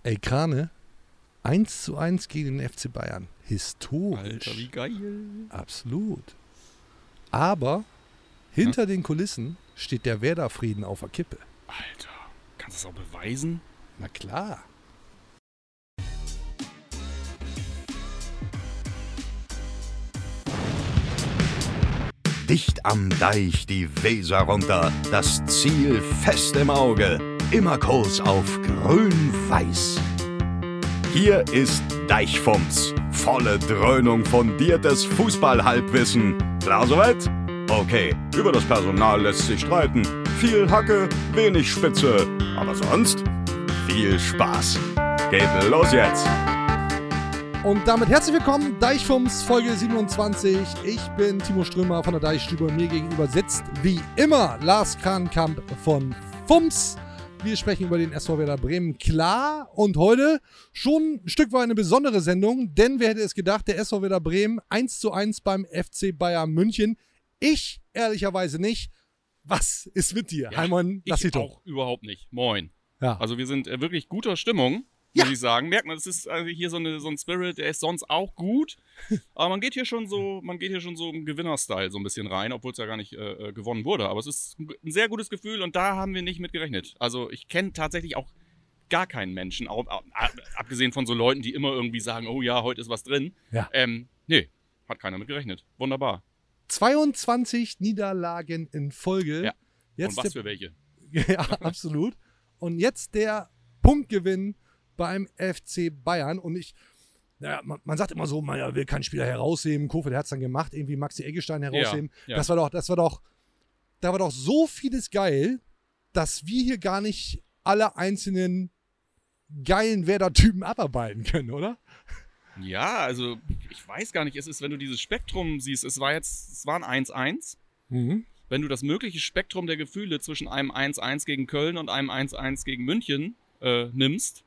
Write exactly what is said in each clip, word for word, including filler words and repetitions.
Ey, Krane, eins zu eins gegen den F C Bayern. Historisch. Alter, wie geil. Absolut. Aber hinter ja. den Kulissen steht der Werder-Frieden auf der Kippe. Alter, kannst du das auch beweisen? Na klar. Dicht am Deich die Weser runter, das Ziel fest im Auge, immer Kurs auf grün-weiß. Hier ist Deichfumms, volle Dröhnung fundiertes Fußball-Halbwissen. Klar soweit? Okay, über das Personal lässt sich streiten. Viel Hacke, wenig Spitze, aber sonst viel Spaß. Geht los jetzt! Und damit herzlich willkommen, Deichfumms, Folge siebenundzwanzig. Ich bin Timo Strömer von der Deichstube und mir gegenüber sitzt wie immer Lars Krankamp von Fumms. Wir sprechen über den S V Werder Bremen, klar. Und heute schon ein Stück weit eine besondere Sendung, denn wer hätte es gedacht, der S V Werder Bremen eins zu eins beim F C Bayern München. Ich ehrlicherweise nicht. Was ist mit dir? Ja, Heimann, ich Lassito. auch überhaupt nicht. Moin. Ja. Also wir sind äh, wirklich guter Stimmung, Ja. muss ich sagen. Merkt man, es ist also hier so, eine, so ein Spirit, der ist sonst auch gut. Aber man geht hier schon so, man geht hier schon so im Gewinner-Style so ein bisschen rein, obwohl es ja gar nicht äh, gewonnen wurde. Aber es ist ein sehr gutes Gefühl und da haben wir nicht mit gerechnet. Also ich kenne tatsächlich auch gar keinen Menschen, auch, ab, abgesehen von so Leuten, die immer irgendwie sagen, oh ja, heute ist was drin. Ja. Ähm, nee, hat keiner mit gerechnet. Wunderbar. zweiundzwanzig Niederlagen in Folge. Ja. Jetzt und was der, für welche? Ja, absolut. Und jetzt der Punktgewinn beim F C Bayern. Und ich, naja, man, man sagt immer so, man will keinen Spieler herausheben. Kofeld hat es dann gemacht, irgendwie Maxi Eggestein herausheben. Ja, ja. Das war doch, das war doch, da war doch so vieles geil, dass wir hier gar nicht alle einzelnen geilen Werder-Typen abarbeiten können, oder? Ja, also ich weiß gar nicht, es ist, wenn du dieses Spektrum siehst, es war jetzt, es war ein eins eins. Mhm. Wenn du das mögliche Spektrum der Gefühle zwischen einem eins eins gegen Köln und einem eins eins gegen München äh, nimmst,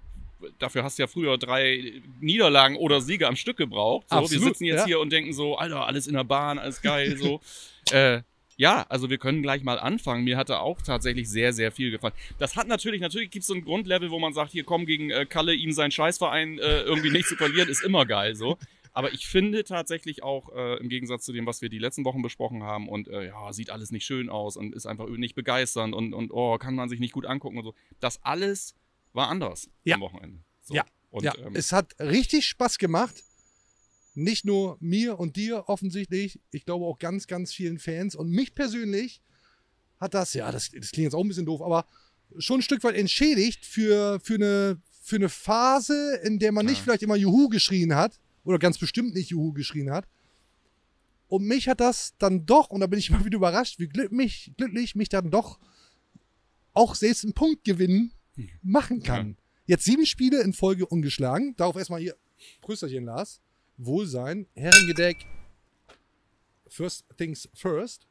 dafür hast du ja früher drei Niederlagen oder Siege am Stück gebraucht. So, Absolut, wir sitzen jetzt ja. hier und denken so, Alter, alles in der Bahn, alles geil, so. äh, ja, also wir können gleich mal anfangen. Mir hatte auch tatsächlich sehr, sehr viel gefallen. Das hat natürlich, natürlich gibt es so ein Grundlevel, wo man sagt, hier komm, gegen äh, Kalle, ihm seinen Scheißverein äh, irgendwie nicht zu verlieren, ist immer geil, so. Aber ich finde tatsächlich auch, äh, im Gegensatz zu dem, was wir die letzten Wochen besprochen haben und äh, ja, sieht alles nicht schön aus und ist einfach nicht begeisternd und, und oh, kann man sich nicht gut angucken und so. Das alles war anders Ja. am Wochenende. So. Ja, und, ja. Ähm, Es hat richtig Spaß gemacht. Nicht nur mir und dir offensichtlich, ich glaube auch ganz, ganz vielen Fans. Und mich persönlich hat das, ja, das, das klingt jetzt auch ein bisschen doof, aber schon ein Stück weit entschädigt für, für, eine, für eine Phase, in der man nicht Ja. vielleicht immer Juhu geschrien hat oder ganz bestimmt nicht Juhu geschrien hat. Und mich hat das dann doch, und da bin ich mal wieder überrascht, wie glück, mich, glücklich mich dann doch auch selbst einen Punktgewinn machen kann. Ja. Jetzt sieben Spiele in Folge ungeschlagen. Darauf erstmal hier Prösterchen, Lars. Wohlsein, Herrengedeck. First things first.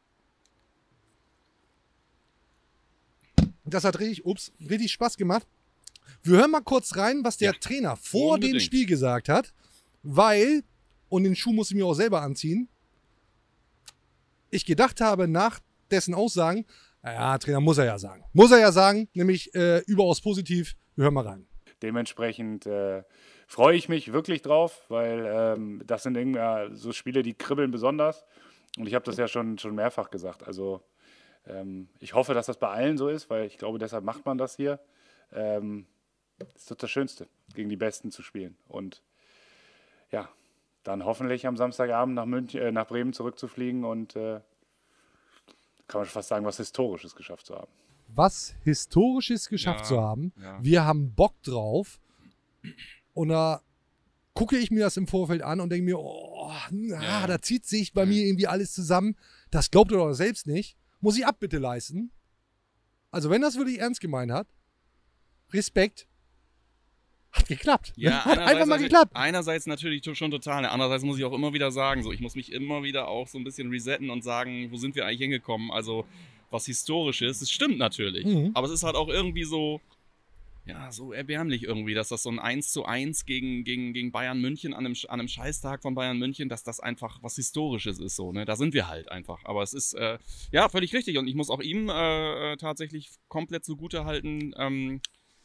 Das hat richtig, ups, richtig Spaß gemacht. Wir hören mal kurz rein, was der Ja, Trainer vor unbedingt. dem Spiel gesagt hat, weil, und den Schuh muss ich mir auch selber anziehen, ich gedacht habe, nach dessen Aussagen, ja, Trainer muss er ja sagen. Muss er ja sagen, nämlich äh, überaus positiv. Wir hören mal rein. Dementsprechend äh, freue ich mich wirklich drauf, weil ähm, das sind irgendwie äh, so Spiele, die kribbeln besonders. Und ich habe das ja schon, schon mehrfach gesagt. Also ähm, ich hoffe, dass das bei allen so ist, weil ich glaube, deshalb macht man das hier. Ähm, das ist doch das Schönste, gegen die Besten zu spielen. Und ja, dann hoffentlich am Samstagabend nach, München, äh, nach Bremen zurückzufliegen und äh, kann man fast sagen, was Historisches geschafft zu haben. Was Historisches geschafft Ja, zu haben. ja. Wir haben Bock drauf. Und da gucke ich mir das im Vorfeld an und denke mir, oh, na, Ja. da zieht sich bei mir irgendwie alles zusammen. Das glaubt ihr doch selbst nicht. Muss ich Abbitte leisten. Also wenn das wirklich ernst gemeint hat, Respekt. Hat geklappt. Ja, hat einfach mal einerseits- geklappt. Einerseits natürlich schon total. Andererseits muss ich auch immer wieder sagen, so, ich muss mich immer wieder auch so ein bisschen resetten und sagen, wo sind wir eigentlich hingekommen? Also, was Historisches, es stimmt natürlich. Mhm. Aber es ist halt auch irgendwie so, ja, so erbärmlich irgendwie, dass das so ein eins zu eins gegen, gegen, gegen Bayern München an einem, an einem Scheißtag von Bayern München, dass das einfach was Historisches ist, so, ne? Da sind wir halt einfach. Aber es ist, äh, ja, völlig richtig. Und ich muss auch ihm äh, tatsächlich komplett zugutehalten, ähm,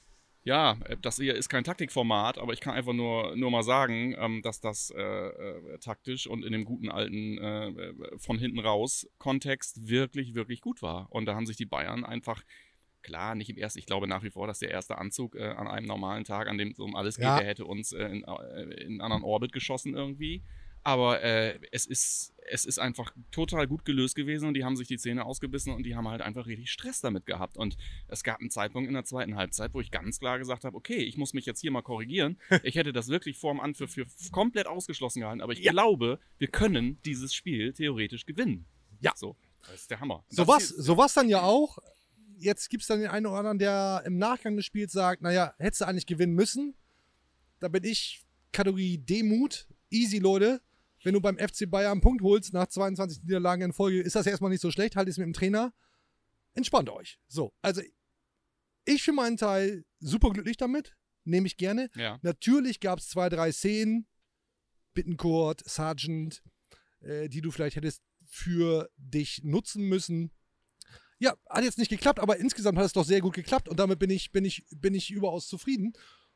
Ja, das hier ist kein Taktikformat, aber ich kann einfach nur, nur mal sagen, ähm, dass das äh, äh, taktisch und in dem guten alten äh, von hinten raus Kontext wirklich, wirklich gut war. Und da haben sich die Bayern einfach, klar, nicht im ersten, ich glaube nach wie vor, dass der erste Anzug äh, an einem normalen Tag, an dem es um alles geht, Ja. der hätte uns äh, in, äh, in einen anderen Orbit geschossen irgendwie. Aber äh, es ist, es ist einfach total gut gelöst gewesen und die haben sich die Zähne ausgebissen und die haben halt einfach richtig Stress damit gehabt. Und es gab einen Zeitpunkt in der zweiten Halbzeit, wo ich ganz klar gesagt habe, okay, ich muss mich jetzt hier mal korrigieren. Ich hätte das wirklich vor dem Anpfiff für komplett ausgeschlossen gehalten, aber ich Ja. glaube, wir können dieses Spiel theoretisch gewinnen. Ja. So, das ist der Hammer. So Das was, ist- so was dann ja auch. Jetzt gibt es dann den einen oder anderen, der im Nachgang des Spiels sagt, naja, hättest du eigentlich gewinnen müssen. Da bin ich Kategorie Demut. Easy, Leute. Wenn du beim F C Bayern einen Punkt holst nach zweiundzwanzig Niederlagen in Folge, ist das erstmal nicht so schlecht. Halt es mit dem Trainer. Entspannt euch. So, also ich für meinen Teil super glücklich damit. Nehme ich gerne. Ja. Natürlich gab es zwei, drei Szenen, Bittencourt, Sargent, äh, die du vielleicht hättest für dich nutzen müssen. Ja, hat jetzt nicht geklappt, aber insgesamt hat es doch sehr gut geklappt und damit bin ich, bin ich, bin ich überaus zufrieden.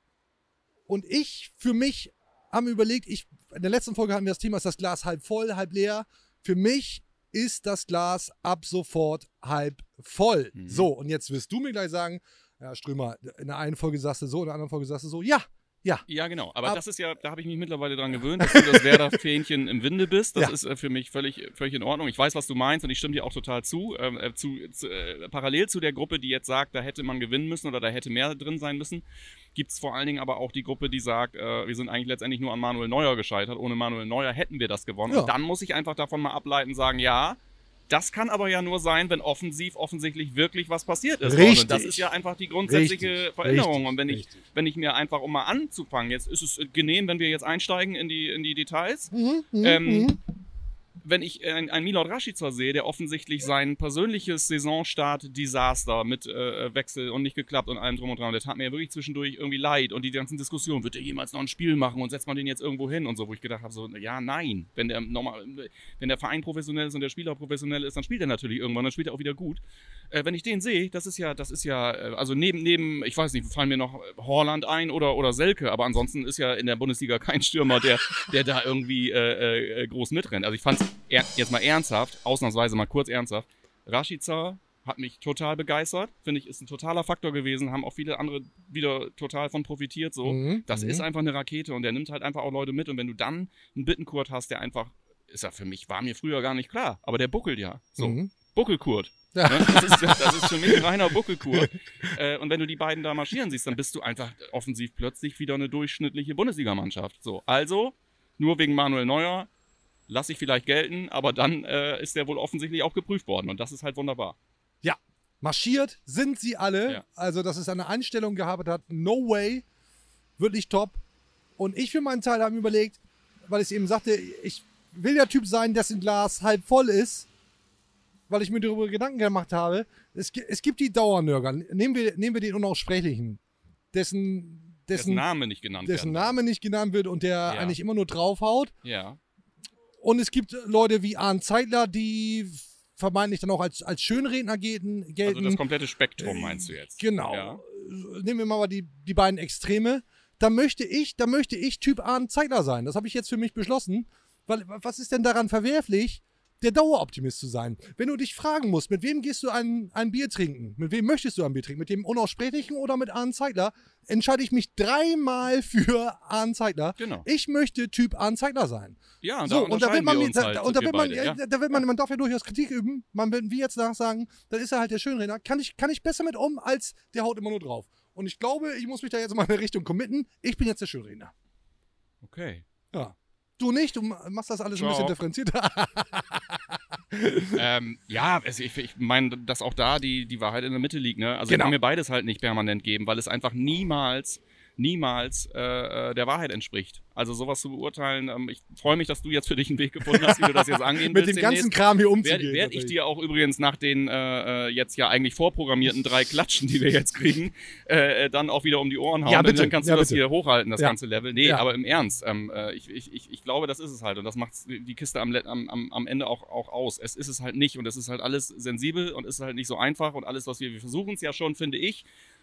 Und ich für mich habe mir überlegt, ich, in der letzten Folge hatten wir das Thema, ist das Glas halb voll, halb leer. Für mich ist das Glas ab sofort halb voll. Mhm. So, und jetzt wirst du mir gleich sagen, ja, Strömer, in der einen Folge sagst du so, in der anderen Folge sagst du so, ja, ja. Ja, genau. Aber Ab- das ist ja, da habe ich mich mittlerweile dran gewöhnt, dass du das Werder-Fähnchen im Winde bist. Das Ja. ist äh, für mich völlig, völlig in Ordnung. Ich weiß, was du meinst und ich stimme dir auch total zu. Ähm, äh, zu, zu äh, parallel zu der Gruppe, die jetzt sagt, da hätte man gewinnen müssen oder da hätte mehr drin sein müssen, gibt es vor allen Dingen aber auch die Gruppe, die sagt, äh, wir sind eigentlich letztendlich nur an Manuel Neuer gescheitert. Ohne Manuel Neuer hätten wir das gewonnen. Ja. Und dann muss ich einfach davon mal ableiten, sagen, ja, das kann aber ja nur sein, wenn offensiv offensichtlich wirklich was passiert ist. Richtig. Und das ist ja einfach die grundsätzliche Richtig. Veränderung. Richtig. Und wenn ich, Richtig. wenn ich mir einfach, um mal anzufangen, jetzt ist es genehm, wenn wir jetzt einsteigen in die, in die Details. Mhm, mhm, Ähm, mhm. Wenn ich einen, einen Milot Rashica sehe, der offensichtlich sein persönliches Saisonstart-Desaster mit äh, Wechsel und nicht geklappt und allem drum und dran, der tat mir ja wirklich zwischendurch irgendwie leid und die ganzen Diskussionen, wird er jemals noch ein Spiel machen und setzt man den jetzt irgendwo hin und so, wo ich gedacht habe, so, ja, nein, wenn der, normal, wenn der Verein professionell ist und der Spieler professionell ist, dann spielt er natürlich irgendwann, dann spielt er auch wieder gut. Äh, wenn ich den sehe, das ist ja, das ist ja, äh, also neben, neben, ich weiß nicht, fallen mir noch Haaland ein oder, oder Selke, aber ansonsten ist ja in der Bundesliga kein Stürmer, der, der da irgendwie äh, äh, groß mitrennt. Also ich fand's er, jetzt mal ernsthaft, ausnahmsweise mal kurz ernsthaft, Rashica hat mich total begeistert, finde ich, ist ein totaler Faktor gewesen, haben auch viele andere wieder total von profitiert, so. Mhm, Das mhm. ist einfach eine Rakete und der nimmt halt einfach auch Leute mit und wenn du dann einen Bittenkurt hast, der einfach, ist ja für mich, war mir früher gar nicht klar, aber der buckelt ja, so. Mhm. Buckelkurt. Ja. Ne? Das, ist, das ist für mich ein reiner Buckelkurt. äh, und wenn du die beiden da marschieren siehst, dann bist du einfach offensiv plötzlich wieder eine durchschnittliche Bundesligamannschaft. So, also, nur wegen Manuel Neuer, lasse ich vielleicht gelten, aber dann äh, ist der wohl offensichtlich auch geprüft worden und das ist halt wunderbar. Ja, marschiert sind sie alle. Ja. Also, dass es eine Einstellung gehabt hat, no way. Wirklich top. Und ich für meinen Teil habe mir überlegt, weil ich eben sagte, ich will der Typ sein, dessen Glas halb voll ist, weil ich mir darüber Gedanken gemacht habe. Es, gi- es gibt die Dauernörger. Nehmen wir, nehmen wir den Unaussprechlichen, dessen, Dessen dessen, Name nicht genannt dessen werden. Name nicht genannt wird und der Ja. eigentlich immer nur draufhaut. Ja. Und es gibt Leute wie Arndt Zeitler, die vermeintlich dann auch als, als Schönredner gelten. gelten. Also das komplette Spektrum meinst du jetzt? Genau. Ja. Nehmen wir mal die, die beiden Extreme. Da möchte ich, da möchte ich Typ Arndt Zeitler sein. Das habe ich jetzt für mich beschlossen. Weil, was ist denn daran verwerflich, der Daueroptimist zu sein? Wenn du dich fragen musst, mit wem gehst du ein, ein Bier trinken? Mit wem möchtest du ein Bier trinken? Mit dem Unaussprechlichen oder mit Arndt Zeitler? Entscheide ich mich dreimal für Arndt Zeitler. Genau. Ich möchte Typ Arndt Zeitler sein. Ja, So, und da wird man, unterscheiden wir mir- uns da, halt, und da wir wird man, beide, ja, ja. da wird man, man darf ja durchaus Kritik üben. Man wird wie jetzt nach sagen, dann ist er halt der Schönredner. Kann ich, kann ich besser mit um, als der haut immer nur drauf. Und ich glaube, ich muss mich da jetzt mal in eine Richtung committen. Ich bin jetzt der Schönredner. Okay. Ja. Du nicht, du machst das alles ein Ciao. bisschen differenzierter. ähm, ja, es, ich, ich meine, dass auch da die, die Wahrheit in der Mitte liegt. Ne? Also Genau. ich kann mir beides halt nicht permanent geben, weil es einfach niemals, niemals äh, äh, der Wahrheit entspricht. Also sowas zu beurteilen, ähm, ich freue mich, dass du jetzt für dich einen Weg gefunden hast, wie du das jetzt angehen mit willst. dem ganzen demnächst. Kram hier Werde umzugehen. werd ich dir auch übrigens nach den äh, äh, jetzt ja eigentlich vorprogrammierten drei Klatschen, die wir jetzt kriegen, äh, äh, dann auch wieder um die Ohren hauen. Ja, Denn bitte. Dann kannst Ja, du das bitte. hier hochhalten, das Ja. ganze Level. Nee, Ja. aber im Ernst, ähm, äh, ich, ich, ich, ich glaube, das ist es halt. Und das macht die Kiste am, Le- am, am, am Ende auch, auch aus. Es ist es halt nicht. Und es ist halt alles sensibel und es ist halt nicht so einfach. Und alles, was wir, wir versuchen es ja schon, finde ich,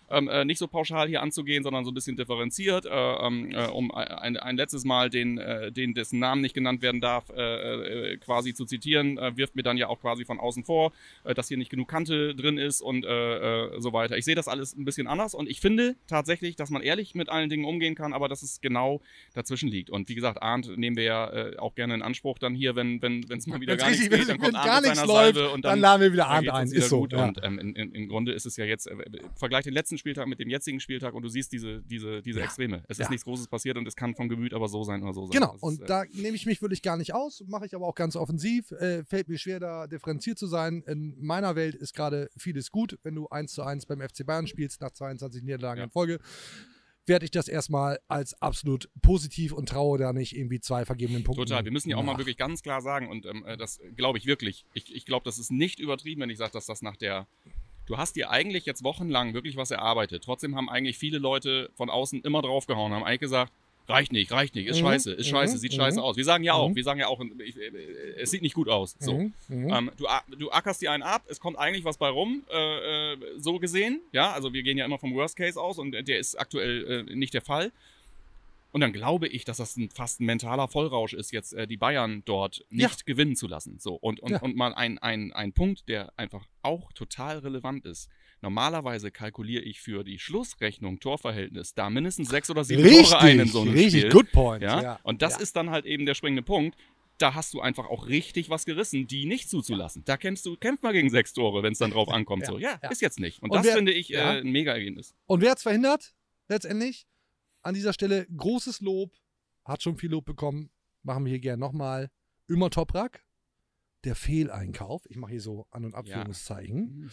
ähm, äh, nicht so pauschal hier anzugehen, sondern so ein bisschen differenziert, äh, äh, um ein, ein letztes Mal den, äh, den, dessen Namen nicht genannt werden darf, äh, äh, quasi zu zitieren, äh, wirft mir dann ja auch quasi von außen vor, äh, dass hier nicht genug Kante drin ist und äh, äh, so weiter. Ich sehe das alles ein bisschen anders und ich finde tatsächlich, dass man ehrlich mit allen Dingen umgehen kann, aber dass es genau dazwischen liegt. Und wie gesagt, Arndt nehmen wir ja äh, auch gerne in Anspruch dann hier, wenn wenn wenn es mal wieder Wenn's gar nichts richtig- geht, dann wenn kommt gar Arndt mit nichts seiner läuft, Salve und dann dann, laden wir wieder dann Arndt geht's ein. uns wieder Ist so, gut. ja. Und ähm, in, in, im Grunde ist es ja jetzt, äh, vergleich den letzten Spieltag mit dem jetzigen Spieltag und du siehst diese, diese, diese Ja. Extreme. Es Ja. ist nichts Großes passiert und es kann vom Gemüt aber so sein oder so sein. Genau, Das und ist, äh, da nehme ich mich wirklich gar nicht aus, mache ich aber auch ganz offensiv. Äh, fällt mir schwer, da differenziert zu sein. In meiner Welt ist gerade vieles gut. Wenn du eins zu eins beim F C Bayern spielst, nach zweiundzwanzig Niederlagen Ja. in Folge, werde ich das erstmal als absolut positiv und traue da nicht irgendwie zwei vergebenen Punkte. Total. Wir müssen ja auch mal wirklich ganz klar sagen, und ähm, äh, das glaube ich wirklich. Ich, ich glaube, das ist nicht übertrieben, wenn ich sage, dass das nach der. Du hast dir eigentlich jetzt wochenlang wirklich was erarbeitet. Trotzdem haben eigentlich viele Leute von außen immer draufgehauen, haben eigentlich gesagt, reicht nicht, reicht nicht, ist Mhm, scheiße, ist mhm, scheiße, sieht mhm. scheiße aus. Wir sagen ja auch, Mhm. wir sagen ja auch, ich, äh, es sieht nicht gut aus. So. Mhm, mhm. Ähm, du, a- du ackerst dir einen ab, es kommt eigentlich was bei rum, äh, äh, so gesehen. Ja, also wir gehen ja immer vom Worst Case aus und der ist aktuell äh, nicht der Fall. Und dann glaube ich, dass das ein, fast ein mentaler Vollrausch ist, jetzt äh, die Bayern dort nicht Ja. gewinnen zu lassen. So. Und, und, Ja. und mal ein, ein, ein Punkt, der einfach auch total relevant ist. Normalerweise kalkuliere ich für die Schlussrechnung Torverhältnis da mindestens sechs oder sieben Richtig, Tore ein in so einem richtig, Spiel. good point. Ja? Ja. Und das ja. ist dann halt eben der springende Punkt. Da hast du einfach auch richtig was gerissen, die nicht zuzulassen. Da kämpfst du, kämpf mal gegen sechs Tore, wenn es dann drauf ankommt. Ja, so, ja, ja. ist jetzt nicht. Und, Und das wer- finde ich ja. äh, ein Mega-Ergebnis. Und wer hat es verhindert? Letztendlich an dieser Stelle großes Lob, hat schon viel Lob bekommen, machen wir hier gerne nochmal. Ömer Toprak, der Fehleinkauf, ich mache hier so An- und Abführungszeichen.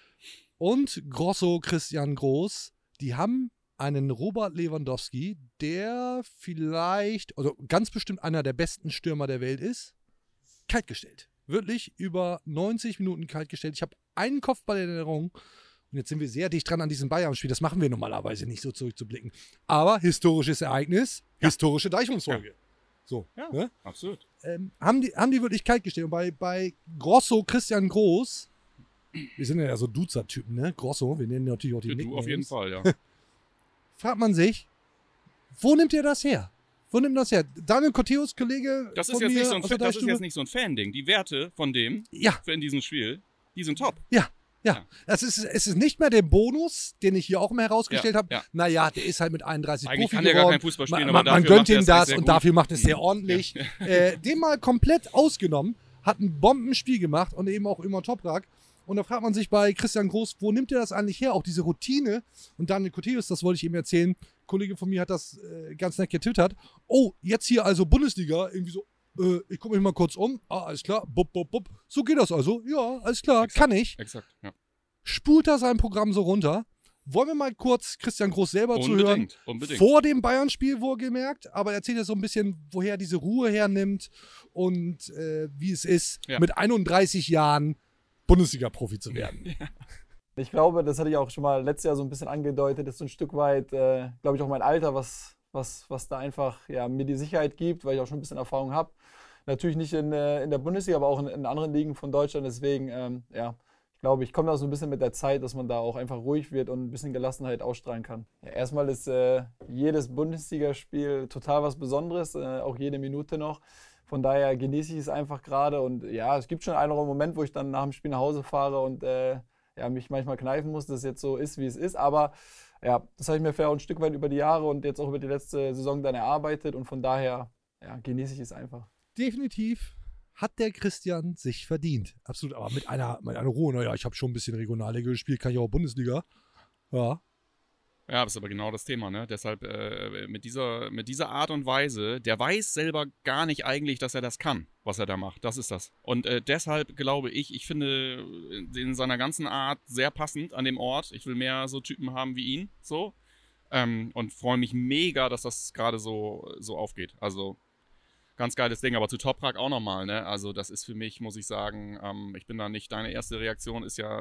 Und Grosso Christian Groß, die haben einen Robert Lewandowski, der vielleicht, also ganz bestimmt einer der besten Stürmer der Welt ist, kaltgestellt. Wirklich über neunzig Minuten kaltgestellt. Ich habe einen Kopfball in Erinnerung. Und jetzt sind wir sehr dicht dran an diesem Bayern-Spiel. Das machen wir normalerweise nicht, so zurückzublicken. Aber historisches Ereignis, historische Deichungsfolge. So. Ja. Ne? Absolut. Ähm, haben, die, haben die wirklich kaltgestellt. Und bei, bei Grosso Christian Groß, wir sind ja so Duzer-Typen, ne? Grosso, wir nennen natürlich auch die Du Nicknames. auf jeden Fall, ja. Fragt man sich, wo nimmt ihr das her? Wo nimmt das her? Daniel Corteus, Kollege Das ist, von jetzt mir nicht, so ein, aus Fan- der das ist Deichstube? jetzt nicht so ein Fan-Ding. Die Werte von dem Ja, für in diesem Spiel, die sind top. ja, ja. Ja. Das ist, es ist nicht mehr der Bonus, den ich hier auch mal herausgestellt Ja, habe. ja. Naja, der ist halt mit einunddreißig Eigentlich Profi kann der geworden. gar kein Fußball spielen, man, aber man, man dafür gönnt macht er ihm es das sehr und gut. dafür macht es sehr Mhm. ordentlich. Äh, den mal komplett ausgenommen, hat ein Bombenspiel gemacht und eben auch immer Toprak. Und da fragt man sich bei Christian Groß, wo nimmt er das eigentlich her? Auch diese Routine. Und Daniel Corteus, das wollte ich ihm erzählen. Ein Kollege von mir hat das äh, ganz nett getwittert. Oh, jetzt hier also Bundesliga. Irgendwie so, äh, ich gucke mich mal kurz um. Ah, alles klar. Bup, bup, bup. So geht das also. Ja, alles klar. Exakt. Kann ich. Exakt, ja. Spult er sein Programm so runter. Wollen wir mal kurz Christian Groß selber zuhören? Unbedingt, unbedingt. Vor dem Bayern-Spiel wohlgemerkt, aber er erzählt ja so ein bisschen, woher er diese Ruhe hernimmt und äh, wie es ist, Ja. mit einunddreißig Jahren Bundesliga-Profi zu werden. Ich glaube, das hatte ich auch schon mal letztes Jahr so ein bisschen angedeutet, ist so ein Stück weit, äh, glaube ich, auch mein Alter, was, was, was da einfach ja, mir die Sicherheit gibt, weil ich auch schon ein bisschen Erfahrung habe. Natürlich nicht in, äh, in der Bundesliga, aber auch in, in anderen Ligen von Deutschland. Deswegen, ähm, ja, ich glaube, ich komme da so ein bisschen mit der Zeit, dass man da auch einfach ruhig wird und ein bisschen Gelassenheit ausstrahlen kann. Ja, erstmal ist äh, jedes Bundesligaspiel total was Besonderes, äh, auch jede Minute noch. Von daher genieße ich es einfach gerade und ja, es gibt schon einen oder anderen Moment, wo ich dann nach dem Spiel nach Hause fahre und äh, ja, mich manchmal kneifen muss, dass es jetzt so ist, wie es ist. Aber ja, das habe ich mir fair ein Stück weit über die Jahre und jetzt auch über die letzte Saison dann erarbeitet und von daher ja, genieße ich es einfach. Definitiv hat der Christian sich verdient. Absolut, aber mit einer, mit einer Ruhe. Naja, ich habe schon ein bisschen Regionalliga gespielt, kann ich auch Bundesliga. Ja. Ja, das ist aber genau das Thema, ne? Deshalb äh, mit, dieser, mit dieser Art und Weise, der weiß selber gar nicht eigentlich, dass er das kann, was er da macht. Das ist das. Und äh, deshalb glaube ich, ich finde in seiner ganzen Art sehr passend an dem Ort. Ich will mehr so Typen haben wie ihn, so. Ähm, und freue mich mega, dass das gerade so, so aufgeht. Also ganz geiles Ding, aber zu Toprak auch nochmal, ne? Also das ist für mich, muss ich sagen, ähm, ich bin da nicht, deine erste Reaktion ist ja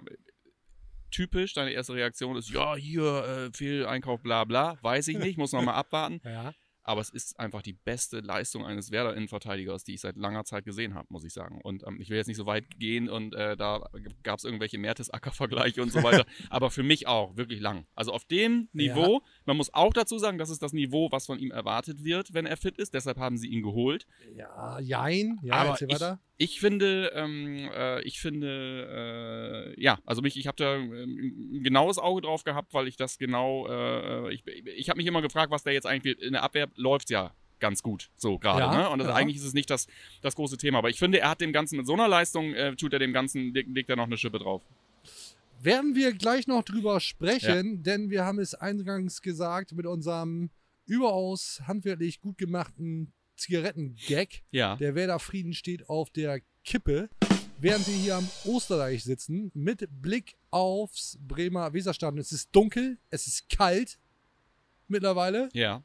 typisch, deine erste Reaktion ist, ja, hier, äh, Fehleinkauf, bla bla, weiß ich nicht, muss noch mal abwarten. Ja. aber es ist einfach die beste Leistung eines Werder-Innenverteidigers, die ich seit langer Zeit gesehen habe, muss ich sagen. Und ähm, ich will jetzt nicht so weit gehen und äh, da gab es irgendwelche Mertesacker-Vergleiche und so weiter, aber für mich auch wirklich lang. Also auf dem Niveau, ja. Man muss auch dazu sagen, das ist das Niveau, was von ihm erwartet wird, wenn er fit ist, deshalb haben sie ihn geholt. Ja, jein, ja, aber erzähl weiter. Ich, ich finde, ähm, äh, ich finde, äh, ja, also mich, ich habe da ähm, ein genaues Auge drauf gehabt, weil ich das genau, äh, ich, ich habe mich immer gefragt, was der jetzt eigentlich in der Abwehr läuft ja ganz gut, so gerade, ja, ne? Und das, ja. eigentlich ist es nicht das, das große Thema, aber ich finde, er hat dem Ganzen mit so einer Leistung, äh, tut er dem Ganzen, legt er noch eine Schippe drauf. Werden wir gleich noch drüber sprechen, Ja. denn wir haben es eingangs gesagt mit unserem überaus handwerklich gut gemachten Zigaretten-Gag. Ja. Der Werder Frieden steht auf der Kippe, während wir hier am Osterdeich sitzen, mit Blick aufs Bremer Weserstadion. Es ist dunkel, es ist kalt mittlerweile. Ja.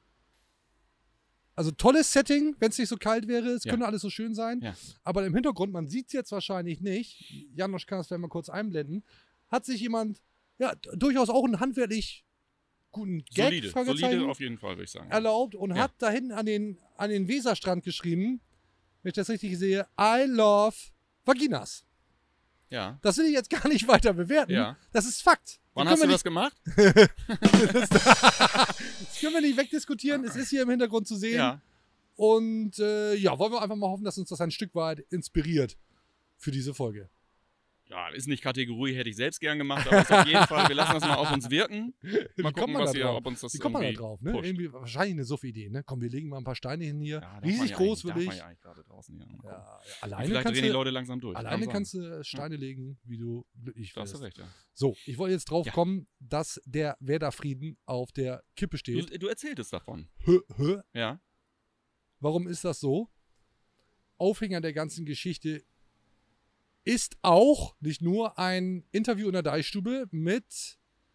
Also tolles Setting, wenn es nicht so kalt wäre. Es Ja. könnte alles so schön sein. Ja. Aber im Hintergrund, man sieht es jetzt wahrscheinlich nicht, Janosch kann es vielleicht mal kurz einblenden, hat sich jemand, ja, d- durchaus auch einen handwerklich guten Gag, Solide, Fragezeichen, solide auf jeden Fall, würde ich sagen. erlaubt und Ja. hat da hinten an den, an den Weserstrand geschrieben, wenn ich das richtig sehe, I love Vaginas. Ja. Das will ich jetzt gar nicht weiter bewerten. Ja. Das ist Fakt. Wann Das hast du können wir das gemacht? nicht, das können wir nicht wegdiskutieren. Es ist hier im Hintergrund zu sehen. Ja. Und äh, ja, wollen wir einfach mal hoffen, dass uns das ein Stück weit inspiriert für diese Folge. Ja, ist nicht Kategorie, hätte ich selbst gern gemacht, aber ist auf jeden Fall, wir lassen das mal auf uns wirken. Wie Mal kommt gucken, man was da wir, drauf? ob uns das Wie kommt man da irgendwie drauf? Ne? pusht. Irgendwie wahrscheinlich eine Suff-Idee. Ne? Komm, wir legen mal ein paar Steine hin hier. Ja, darf man Riesig ja groß eigentlich- für darf man dich. ja eigentlich gerade draußen hier. Mal gucken. Ja, ja, alleine Vielleicht kannst drehen die du, Leute langsam durch. alleine Kann kannst sein. du Steine legen, wie du glücklich Da hast wirst. du recht, ja. So, ich wollte jetzt drauf Ja. kommen, dass der Werder Frieden auf der Kippe steht. Du, du erzähltest davon. Hö, hö. Ja. Warum ist das so? Aufhänger der ganzen Geschichte ist auch nicht nur ein Interview in der Deichstube mit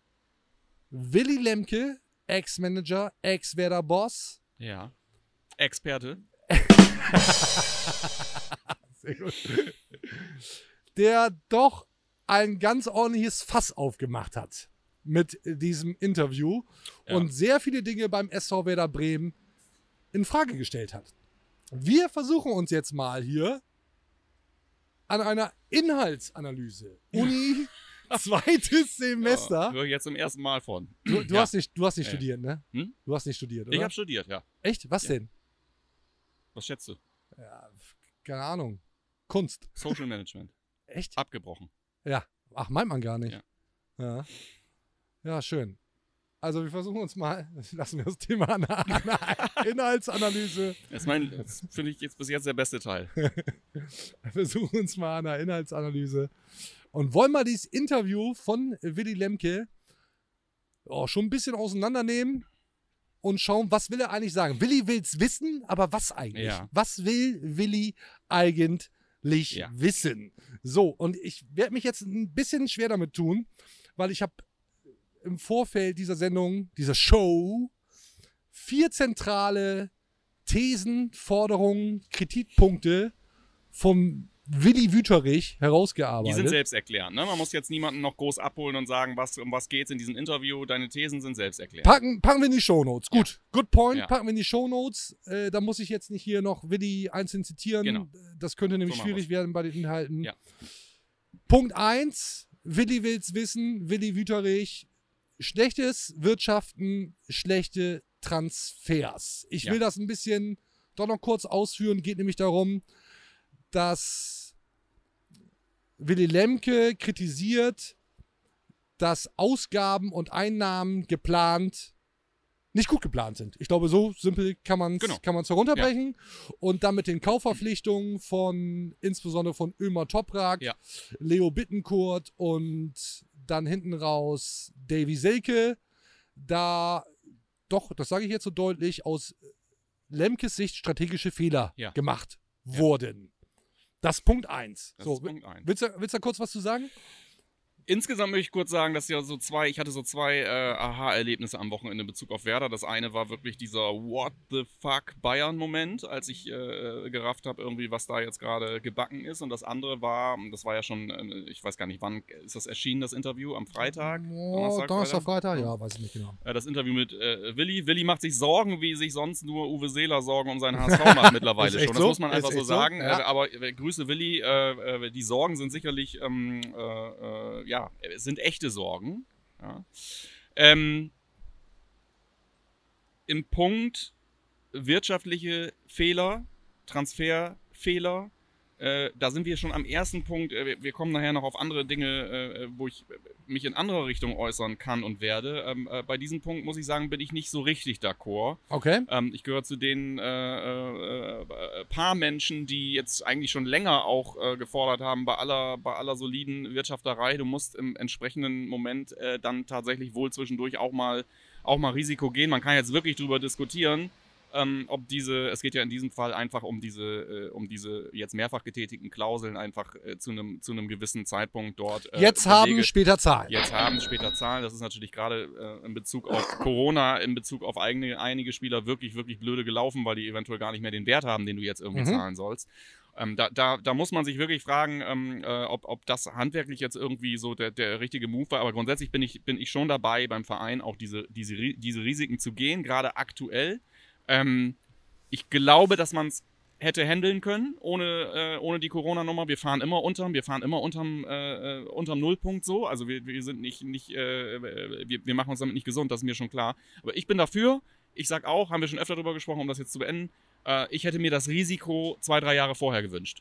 Willy Lemke, Ex-Manager, Ex-Werder-Boss. Ja. Experte. Sehr gut. Der doch ein ganz ordentliches Fass aufgemacht hat mit diesem Interview Ja. und sehr viele Dinge beim S V Werder Bremen in Frage gestellt hat. Wir versuchen uns jetzt mal hier an einer Inhaltsanalyse. Uni, zweites Semester. Ja, höre ich jetzt zum ersten Mal von. Du, du Ja. hast nicht, du hast nicht Ja. studiert, ne? Hm? Du hast nicht studiert, oder? Ich habe studiert, ja. Echt? Was Ja. denn? Was schätzt du? Ja, keine Ahnung. Kunst. Social Management. Echt? Abgebrochen. Ja. Ach, meint man gar nicht. Ja. Ja, ja schön. Also wir versuchen uns mal, lassen wir das Thema an einer, an einer Inhaltsanalyse, Das, ist mein- das finde ich jetzt bis jetzt der beste Teil. wir versuchen uns mal an einer Inhaltsanalyse und wollen mal dieses Interview von Willy Lemke oh, schon ein bisschen auseinandernehmen und schauen, was will er eigentlich sagen. Willy will es wissen, aber was eigentlich? Ja. Was will Willy eigentlich Ja. wissen? So, und ich werde mich jetzt ein bisschen schwer damit tun, weil ich habe im Vorfeld dieser Sendung, dieser Show, vier zentrale Thesen, Forderungen, Kritikpunkte vom Willy Wüterich Die herausgearbeitet. sind selbsterklärend. Ne? Man muss jetzt niemanden noch groß abholen und sagen, was, um was geht's in diesem Interview. Deine Thesen sind selbsterklärend. Packen, packen wir in die Shownotes. Gut, good point. Ja. Packen wir in die Shownotes. Äh, da muss ich jetzt nicht hier noch Willy einzeln zitieren. Genau. Das könnte nämlich So machen schwierig werden bei den Inhalten. Ja. Punkt eins. Willy will's wissen. Willy Wüterich. Schlechtes Wirtschaften, schlechte Transfers. Ich Ja. will das ein bisschen doch noch kurz ausführen. Geht nämlich darum, dass Willy Lemke kritisiert, dass Ausgaben und Einnahmen geplant nicht gut geplant sind. Ich glaube, so simpel kann man es Genau. kann man's herunterbrechen. Und dann mit den Kaufverpflichtungen von, insbesondere von Ömer Toprak, Ja. Leo Bittencourt und dann hinten raus Davy Selke, da doch, das sage ich jetzt so deutlich, aus Lemkes Sicht strategische Fehler Ja. gemacht Ja. wurden. Das ist Punkt eins. Das So, ist Punkt eins. willst, du, willst du da kurz was zu sagen? Insgesamt möchte ich kurz sagen, dass ja so zwei, ich hatte so zwei äh, Aha-Erlebnisse am Wochenende in Bezug auf Werder. Das eine war wirklich dieser What the fuck Bayern-Moment, als ich äh, gerafft habe, irgendwie, was da jetzt gerade gebacken ist. Und das andere war, das war ja schon, äh, ich weiß gar nicht, wann ist das erschienen, das Interview? Am Freitag? Oh, Donnerstag, Donnerstag, Freitag? Ja, weiß ich nicht genau. Äh, das Interview mit äh, Willi. Willi macht sich Sorgen, wie sich sonst nur Uwe Seeler Sorgen um seinen H S V macht mittlerweile Ist echt schon. Das so? muss man einfach Ist so echt so? sagen. Ja. Äh, aber äh, Grüße Willi, äh, äh, die Sorgen sind sicherlich, ähm, äh, äh, ja, es sind echte Sorgen. Ja. Ähm, Im Punkt wirtschaftliche Fehler, Transferfehler, äh, da sind wir schon am ersten Punkt. Äh, wir kommen nachher noch auf andere Dinge, äh, wo ich mich in anderer Richtung äußern kann und werde. Ähm, äh, bei diesem Punkt, muss ich sagen, bin ich nicht so richtig d'accord. Okay. Ähm, ich gehöre zu den äh, äh, äh, paar Menschen, die jetzt eigentlich schon länger auch äh, gefordert haben, bei aller, bei aller soliden Wirtschafterei, du musst im entsprechenden Moment äh, dann tatsächlich wohl zwischendurch auch mal, auch mal Risiko gehen. Man kann jetzt wirklich drüber diskutieren, ähm, ob diese, es geht ja in diesem Fall einfach um diese, äh, um diese jetzt mehrfach getätigten Klauseln einfach äh, zu einem zu einem gewissen Zeitpunkt dort. Äh, Jetzt Belege, haben, später Zahlen. Jetzt haben, später Zahlen. Das ist natürlich gerade äh, in Bezug auf Corona, in Bezug auf eigene, einige Spieler wirklich, wirklich blöde gelaufen, weil die eventuell gar nicht mehr den Wert haben, den du jetzt irgendwie Mhm. zahlen sollst. Ähm, da, da, da muss man sich wirklich fragen, ähm, äh, ob, ob das handwerklich jetzt irgendwie so der, der richtige Move war. Aber grundsätzlich bin ich, bin ich schon dabei, beim Verein auch diese, diese, diese Risiken zu gehen, gerade aktuell. Ähm, ich glaube, dass man es hätte handeln können, ohne, äh, ohne die Corona-Nummer. Wir fahren immer unterm, wir fahren immer unterm, äh, unterm Nullpunkt so. Also wir, wir sind nicht, nicht äh, wir, wir machen uns damit nicht gesund, das ist mir schon klar. Aber ich bin dafür. Ich sag auch, haben wir schon öfter darüber gesprochen, um das jetzt zu beenden, äh, ich hätte mir das Risiko zwei, drei Jahre vorher gewünscht.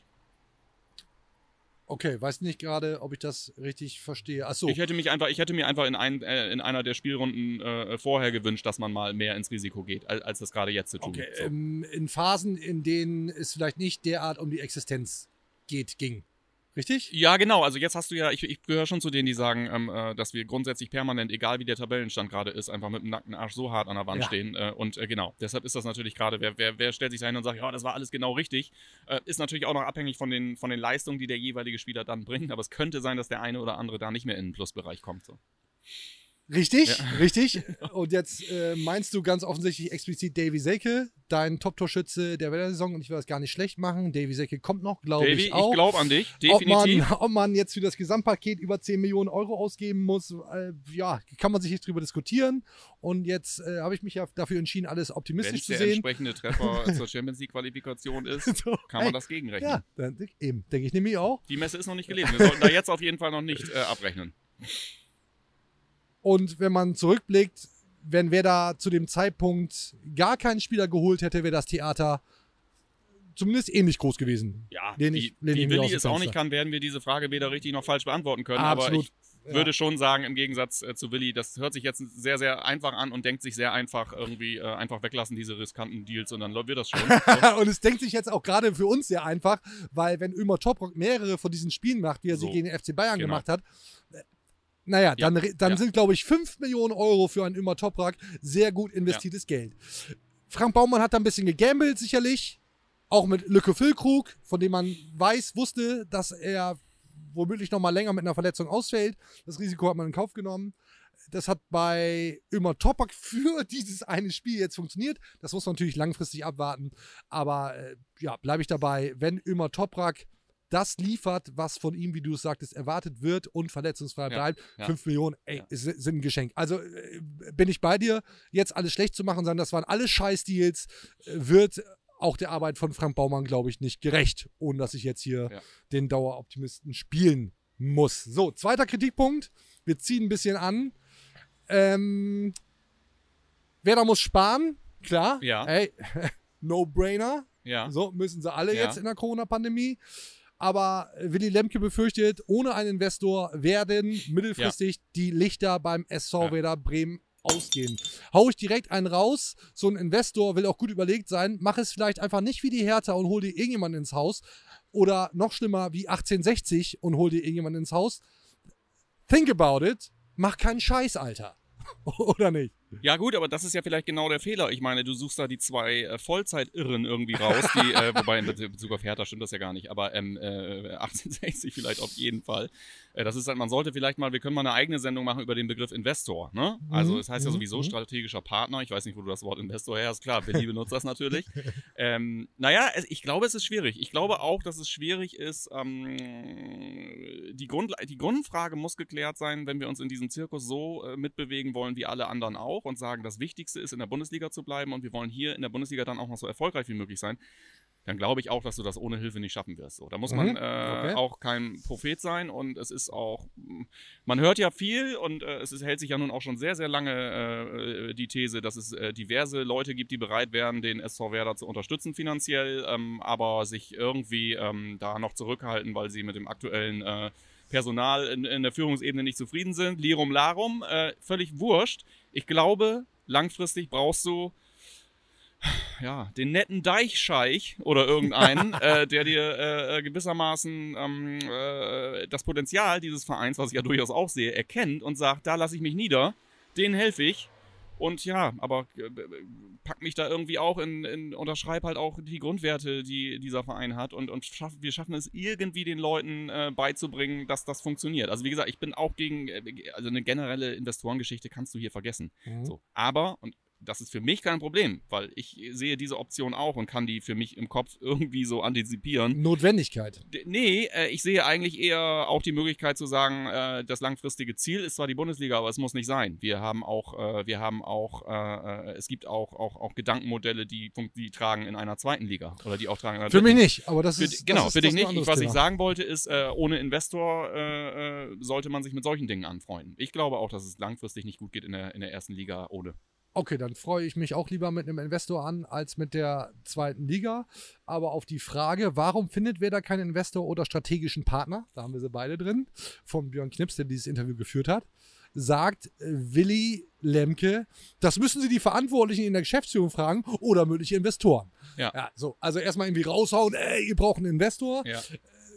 Okay, weiß nicht gerade, ob ich das richtig verstehe. Achso. Ich hätte mich einfach, ich hätte mir einfach in, ein, äh, in einer der Spielrunden äh, vorher gewünscht, dass man mal mehr ins Risiko geht, als, als das gerade jetzt zu tun. Okay, So. ähm, in Phasen, in denen es vielleicht nicht derart um die Existenz geht, ging. Richtig? Ja, genau. Also jetzt hast du ja, ich, ich gehöre schon zu denen, die sagen, ähm, äh, dass wir grundsätzlich permanent, egal wie der Tabellenstand gerade ist, einfach mit dem nackten Arsch so hart an der Wand Ja. stehen. Äh, und äh, genau, deshalb ist das natürlich gerade, wer, wer, wer stellt sich da hin und sagt, ja, das war alles genau richtig, äh, ist natürlich auch noch abhängig von den, von den Leistungen, die der jeweilige Spieler dann bringt. Aber es könnte sein, dass der eine oder andere da nicht mehr in den Plusbereich kommt. So. Richtig, Ja. richtig. Und jetzt äh, meinst du ganz offensichtlich explizit Davy Selke, dein Top-Torschütze der Werder-Saison. Und ich will das gar nicht schlecht machen. Davy Selke kommt noch, glaube Davy, ich ich auch. glaube an dich, Ob definitiv. man, ob man jetzt für das Gesamtpaket über zehn Millionen Euro ausgeben muss, äh, ja, kann man sich jetzt drüber diskutieren. Und jetzt äh, habe ich mich ja dafür entschieden, alles Wenn optimistisch es zu der sehen. entsprechende Treffer zur Champions League-Qualifikation ist, So, kann man ey, das gegenrechnen. Ja, dann, eben, denke ich nämlich auch. Die Messe ist noch nicht gelesen. Wir sollten da jetzt auf jeden Fall noch nicht äh, abrechnen. Und wenn man zurückblickt, wenn wer da zu dem Zeitpunkt gar keinen Spieler geholt hätte, wäre das Theater zumindest ähnlich groß gewesen. Ja, Lehn wie, ich- lehn ich wie mich aus Willi dem es auch nicht Fenster. kann, werden wir diese Frage weder richtig noch falsch beantworten können. Absolut. Aber ich würde schon sagen, im Gegensatz äh, zu Willi, das hört sich jetzt sehr, sehr einfach an und denkt sich sehr einfach irgendwie, äh, einfach weglassen, diese riskanten Deals, und dann wird das schon. So. Und es denkt sich jetzt auch gerade für uns sehr einfach, weil wenn Ömer Toprock mehrere von diesen Spielen macht, wie er sie So. gegen den F C Bayern Genau. gemacht hat, äh, naja, Ja. dann, re- dann Ja. sind, glaube ich, fünf Millionen Euro für einen Ömer Toprak sehr gut investiertes Geld. Frank Baumann hat da ein bisschen gegambelt, sicherlich. Auch mit Lücke Füllkrug, von dem man weiß, wusste, dass er womöglich noch mal länger mit einer Verletzung ausfällt. Das Risiko hat man in Kauf genommen. Das hat bei Ömer Toprak für dieses eine Spiel jetzt funktioniert. Das muss man natürlich langfristig abwarten. Aber äh, ja, bleibe ich dabei, wenn Ömer Toprak das liefert, was von ihm, wie du es sagtest, erwartet wird und verletzungsfrei Ja, bleibt, ja. fünf Millionen, ey, Ja. ist- sind ein Geschenk. Also äh, bin ich bei dir, jetzt alles schlecht zu machen, sondern das waren alles Scheißdeals, äh, wird auch der Arbeit von Frank Baumann, glaube ich, nicht gerecht, ohne dass ich jetzt hier Ja. den Daueroptimisten spielen muss. So, zweiter Kritikpunkt. Wir ziehen ein bisschen an. Ähm, Werder muss sparen, klar. Ja. Ey, No-Brainer. Ja. So müssen sie alle Ja. jetzt in der Corona-Pandemie. Aber Willy Lemke befürchtet, ohne einen Investor werden mittelfristig die Lichter beim S V Ja. Werder Bremen ausgehen. Hau ich direkt einen raus. So ein Investor will auch gut überlegt sein. Mach es vielleicht einfach nicht wie die Hertha und hol dir irgendjemanden ins Haus. Oder noch schlimmer wie achtzehnhundertsechzig und hol dir irgendjemanden ins Haus. Think about it. Mach keinen Scheiß, Alter. Oder nicht? Ja gut, aber das ist ja vielleicht genau der Fehler. Ich meine, du suchst da die zwei äh, Vollzeitirren irgendwie raus, die, äh, wobei in Bezug auf Hertha stimmt das ja gar nicht, aber ähm, äh, achtzehnhundertsechzig vielleicht auf jeden Fall. Äh, das ist halt, man sollte vielleicht mal, wir können mal eine eigene Sendung machen über den Begriff Investor, ne? Also es heißt ja sowieso strategischer Partner, ich weiß nicht, wo du das Wort Investor her hast, klar, Billy benutzt das natürlich. ähm, naja, es, ich glaube, es ist schwierig. Ich glaube auch, dass es schwierig ist, ähm, die, Grund, die Grundfrage muss geklärt sein, wenn wir uns in diesem Zirkus so äh, mitbewegen wollen wie alle anderen auch und sagen, das Wichtigste ist, in der Bundesliga zu bleiben und wir wollen hier in der Bundesliga dann auch noch so erfolgreich wie möglich sein, dann glaube ich auch, dass du das ohne Hilfe nicht schaffen wirst. So, da muss man Mhm. äh, Okay. auch kein Prophet sein und es ist auch, man hört ja viel und äh, es ist, hält sich ja nun auch schon sehr, sehr lange äh, die These, dass es äh, diverse Leute gibt, die bereit wären, den S V Werder zu unterstützen finanziell, ähm, aber sich irgendwie ähm, da noch zurückhalten, weil sie mit dem aktuellen äh, Personal in, in der Führungsebene nicht zufrieden sind. Lirum Larum, äh, völlig wurscht. Ich glaube, langfristig brauchst du ja, den netten Deichscheich oder irgendeinen, äh, der dir äh, gewissermaßen ähm, äh, das Potenzial dieses Vereins, was ich ja durchaus auch sehe, erkennt und sagt, da lasse ich mich nieder, denen helfe ich. Und ja, aber äh, pack mich da irgendwie auch in, in unterschreib halt auch die Grundwerte, die dieser Verein hat und, und schaff, wir schaffen es irgendwie den Leuten äh, beizubringen, dass das funktioniert. Also wie gesagt, ich bin auch gegen, äh, also eine generelle Investorengeschichte kannst du hier vergessen. Mhm. So, aber, und das ist für mich kein Problem, weil ich sehe diese Option auch und kann die für mich im Kopf irgendwie so antizipieren. Notwendigkeit. D- Nee, äh, ich sehe eigentlich eher auch die Möglichkeit zu sagen, äh, das langfristige Ziel ist zwar die Bundesliga, aber es muss nicht sein. Wir haben auch, äh, wir haben auch, äh, äh, es gibt auch, auch, auch Gedankenmodelle, die, fun- die tragen in einer zweiten Liga oder die auch tragen in einer Für mich dritten. nicht, aber das Für, ist. genau, das ist, für dich das ist ein nicht. Ich, anderes was ich Thema. sagen wollte, ist, äh, ohne Investor äh, äh, sollte man sich mit solchen Dingen anfreunden. Ich glaube auch, dass es langfristig nicht gut geht in der, in der ersten Liga ohne. Okay, dann freue ich mich auch lieber mit einem Investor an als mit der zweiten Liga. Aber auf die Frage, warum findet Werder keinen Investor oder strategischen Partner, da haben wir sie beide drin, von Björn Knips, der dieses Interview geführt hat, sagt äh, Willy Lemke, das müssen Sie die Verantwortlichen in der Geschäftsführung fragen oder mögliche Investoren. Ja. so, also erstmal irgendwie raushauen, ey, ihr braucht einen Investor. Ja.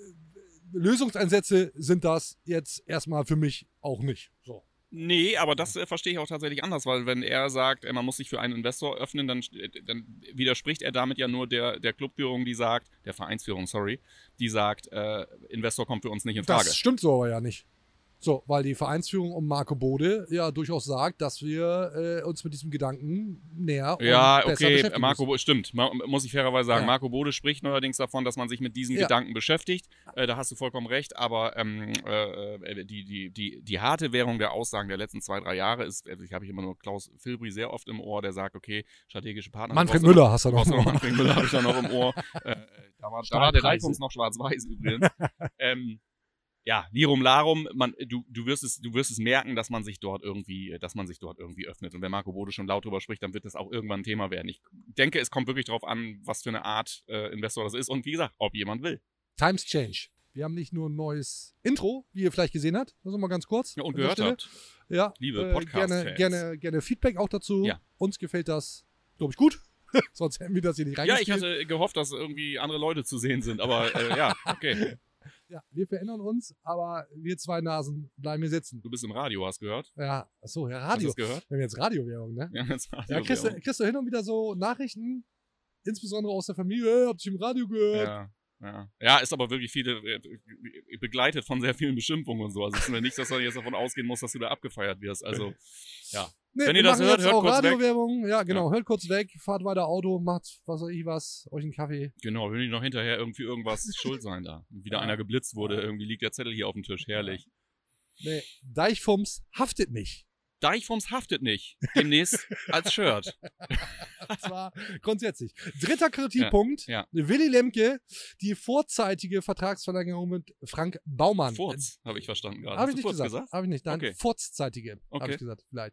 Lösungsansätze sind das jetzt erstmal für mich auch nicht. So. Nee, aber das äh, verstehe ich auch tatsächlich anders, weil wenn er sagt, äh, man muss sich für einen Investor öffnen, dann, äh, dann widerspricht er damit ja nur der, der Clubführung, die sagt, der Vereinsführung, sorry, die sagt, äh, Investor kommt für uns nicht in Frage. Das stimmt so aber ja nicht. So, weil die Vereinsführung um Marco Bode ja durchaus sagt, dass wir äh, uns mit diesem Gedanken näher Ja, und besser okay, beschäftigen Marco müssen. Bode, stimmt, ma- muss ich fairerweise sagen. Ja. Marco Bode spricht neuerdings davon, dass man sich mit diesen Ja. Gedanken beschäftigt. Äh, da hast du vollkommen recht, aber ähm, äh, äh, die, die, die, die harte Währung der Aussagen der letzten zwei, drei Jahre ist, also ich habe ich immer nur Klaus Filbri sehr oft im Ohr, der sagt, okay, strategische Partner. Manfred du brauchst Müller hast du du noch. brauchst noch Manfred Müller habe ich da noch im Ohr. Äh, da war, da war der Stahlpreise. Deichfunks noch schwarz-weiß übrigens. ähm, Ja, Lirum Larum, man, du, du, wirst es, du wirst es merken, dass man sich dort irgendwie, dass man sich dort irgendwie öffnet. Und wenn Marco Bode schon laut drüber spricht, dann wird das auch irgendwann ein Thema werden. Ich denke, es kommt wirklich darauf an, was für eine Art äh, Investor das ist und wie gesagt, ob jemand will. Times change. Wir haben nicht nur ein neues Intro, wie ihr vielleicht gesehen habt. Das ist mal ganz kurz. Ja, und an der gehört Stelle. habt. Ja, Liebe äh, Podcast-Fans. gerne, gerne, gerne Feedback auch dazu. Ja. Uns gefällt das, glaube ich, gut. Sonst hätten wir das hier nicht Ja, ich reingespielt. hatte gehofft, dass irgendwie andere Leute zu sehen sind, aber äh, ja, okay. Ja, wir verändern uns, aber wir zwei Nasen bleiben hier sitzen. Du bist im Radio, hast gehört? Ja, achso, ja, Hast Radio. du das gehört? Wir haben jetzt Radiowerbung, ne? Ja, das Radio Ja, kriegst du, kriegst du hin und wieder so Nachrichten, insbesondere aus der Familie, hey, habt ihr im Radio gehört? Ja, ja. ja, ist aber wirklich viele, äh, begleitet von sehr vielen Beschimpfungen und so. Also es ist mir nicht, dass man jetzt davon ausgehen muss, dass du da abgefeiert wirst. Also, ja. Nee, Wenn ihr wir das machen hört, jetzt hört auch kurz weg. Radiowerbung. Ja, genau, hört kurz weg, fahrt weiter Auto, macht was weiß ich was, euch einen Kaffee. Genau, will ich noch hinterher irgendwie irgendwas schuld sein da. Wieder Ja. einer geblitzt wurde, irgendwie liegt der Zettel hier auf dem Tisch. Herrlich. Nee, Deichfums haftet nicht. Deichfums haftet nicht. Demnächst als Shirt. Das war grundsätzlich. Dritter Kritikpunkt. Ja, Willy Lemke, die vorzeitige Vertragsverlängerung mit Frank Baumann. Furz, habe ich verstanden gerade. Habe Hast ich du nicht Furz gesagt. Habe ich nicht. Nein, Okay. vorzeitige. Habe Okay. ich gesagt, vielleicht.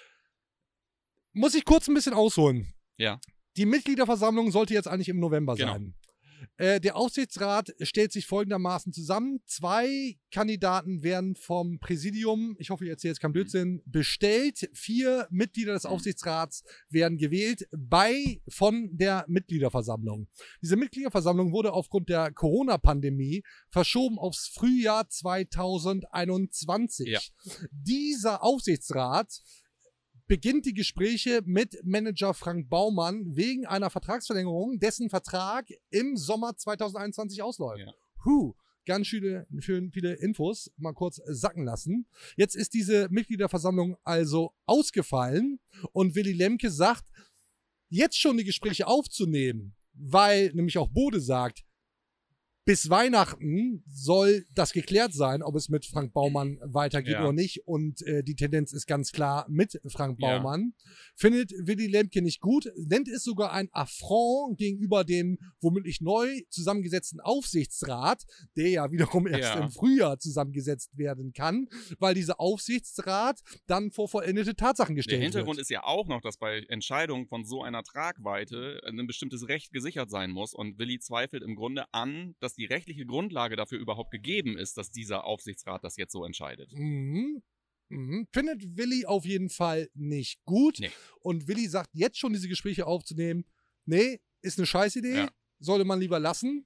Muss ich kurz ein bisschen ausholen. Ja. Die Mitgliederversammlung sollte jetzt eigentlich im November Genau. sein. Äh, der Aufsichtsrat stellt sich folgendermaßen zusammen. Zwei Kandidaten werden vom Präsidium, ich hoffe, ich erzähle jetzt keinen Blödsinn, bestellt. Vier Mitglieder des Aufsichtsrats werden gewählt bei von der Mitgliederversammlung. Diese Mitgliederversammlung wurde aufgrund der Corona-Pandemie verschoben aufs Frühjahr zweitausendeinundzwanzig. Ja. Dieser Aufsichtsrat beginnt die Gespräche mit Manager Frank Baumann wegen einer Vertragsverlängerung, dessen Vertrag im Sommer zwanzig einundzwanzig ausläuft. Ja. Huh, ganz schöne, schön viele Infos, mal kurz sacken lassen. Jetzt ist diese Mitgliederversammlung also ausgefallen und Willy Lemke sagt, jetzt schon die Gespräche aufzunehmen, weil nämlich auch Bode sagt, bis Weihnachten soll das geklärt sein, ob es mit Frank Baumann weitergeht Ja. oder nicht. Und äh, die Tendenz ist ganz klar mit Frank Ja. Baumann. Findet Willy Lemke nicht gut, nennt es sogar ein Affront gegenüber dem womöglich neu zusammengesetzten Aufsichtsrat, der ja wiederum erst Ja. im Frühjahr zusammengesetzt werden kann, weil dieser Aufsichtsrat dann vor vollendete Tatsachen Der gestellt Hintergrund wird. ist ja auch noch, dass bei Entscheidungen von so einer Tragweite ein bestimmtes Recht gesichert sein muss. Und Willi zweifelt im Grunde an, dass die rechtliche Grundlage dafür überhaupt gegeben ist, dass dieser Aufsichtsrat das jetzt so entscheidet. Mhm. Mhm. Findet Willi auf jeden Fall nicht gut. Nee. Und Willi sagt jetzt schon, diese Gespräche aufzunehmen, nee, ist eine Scheißidee, Ja. sollte man lieber lassen.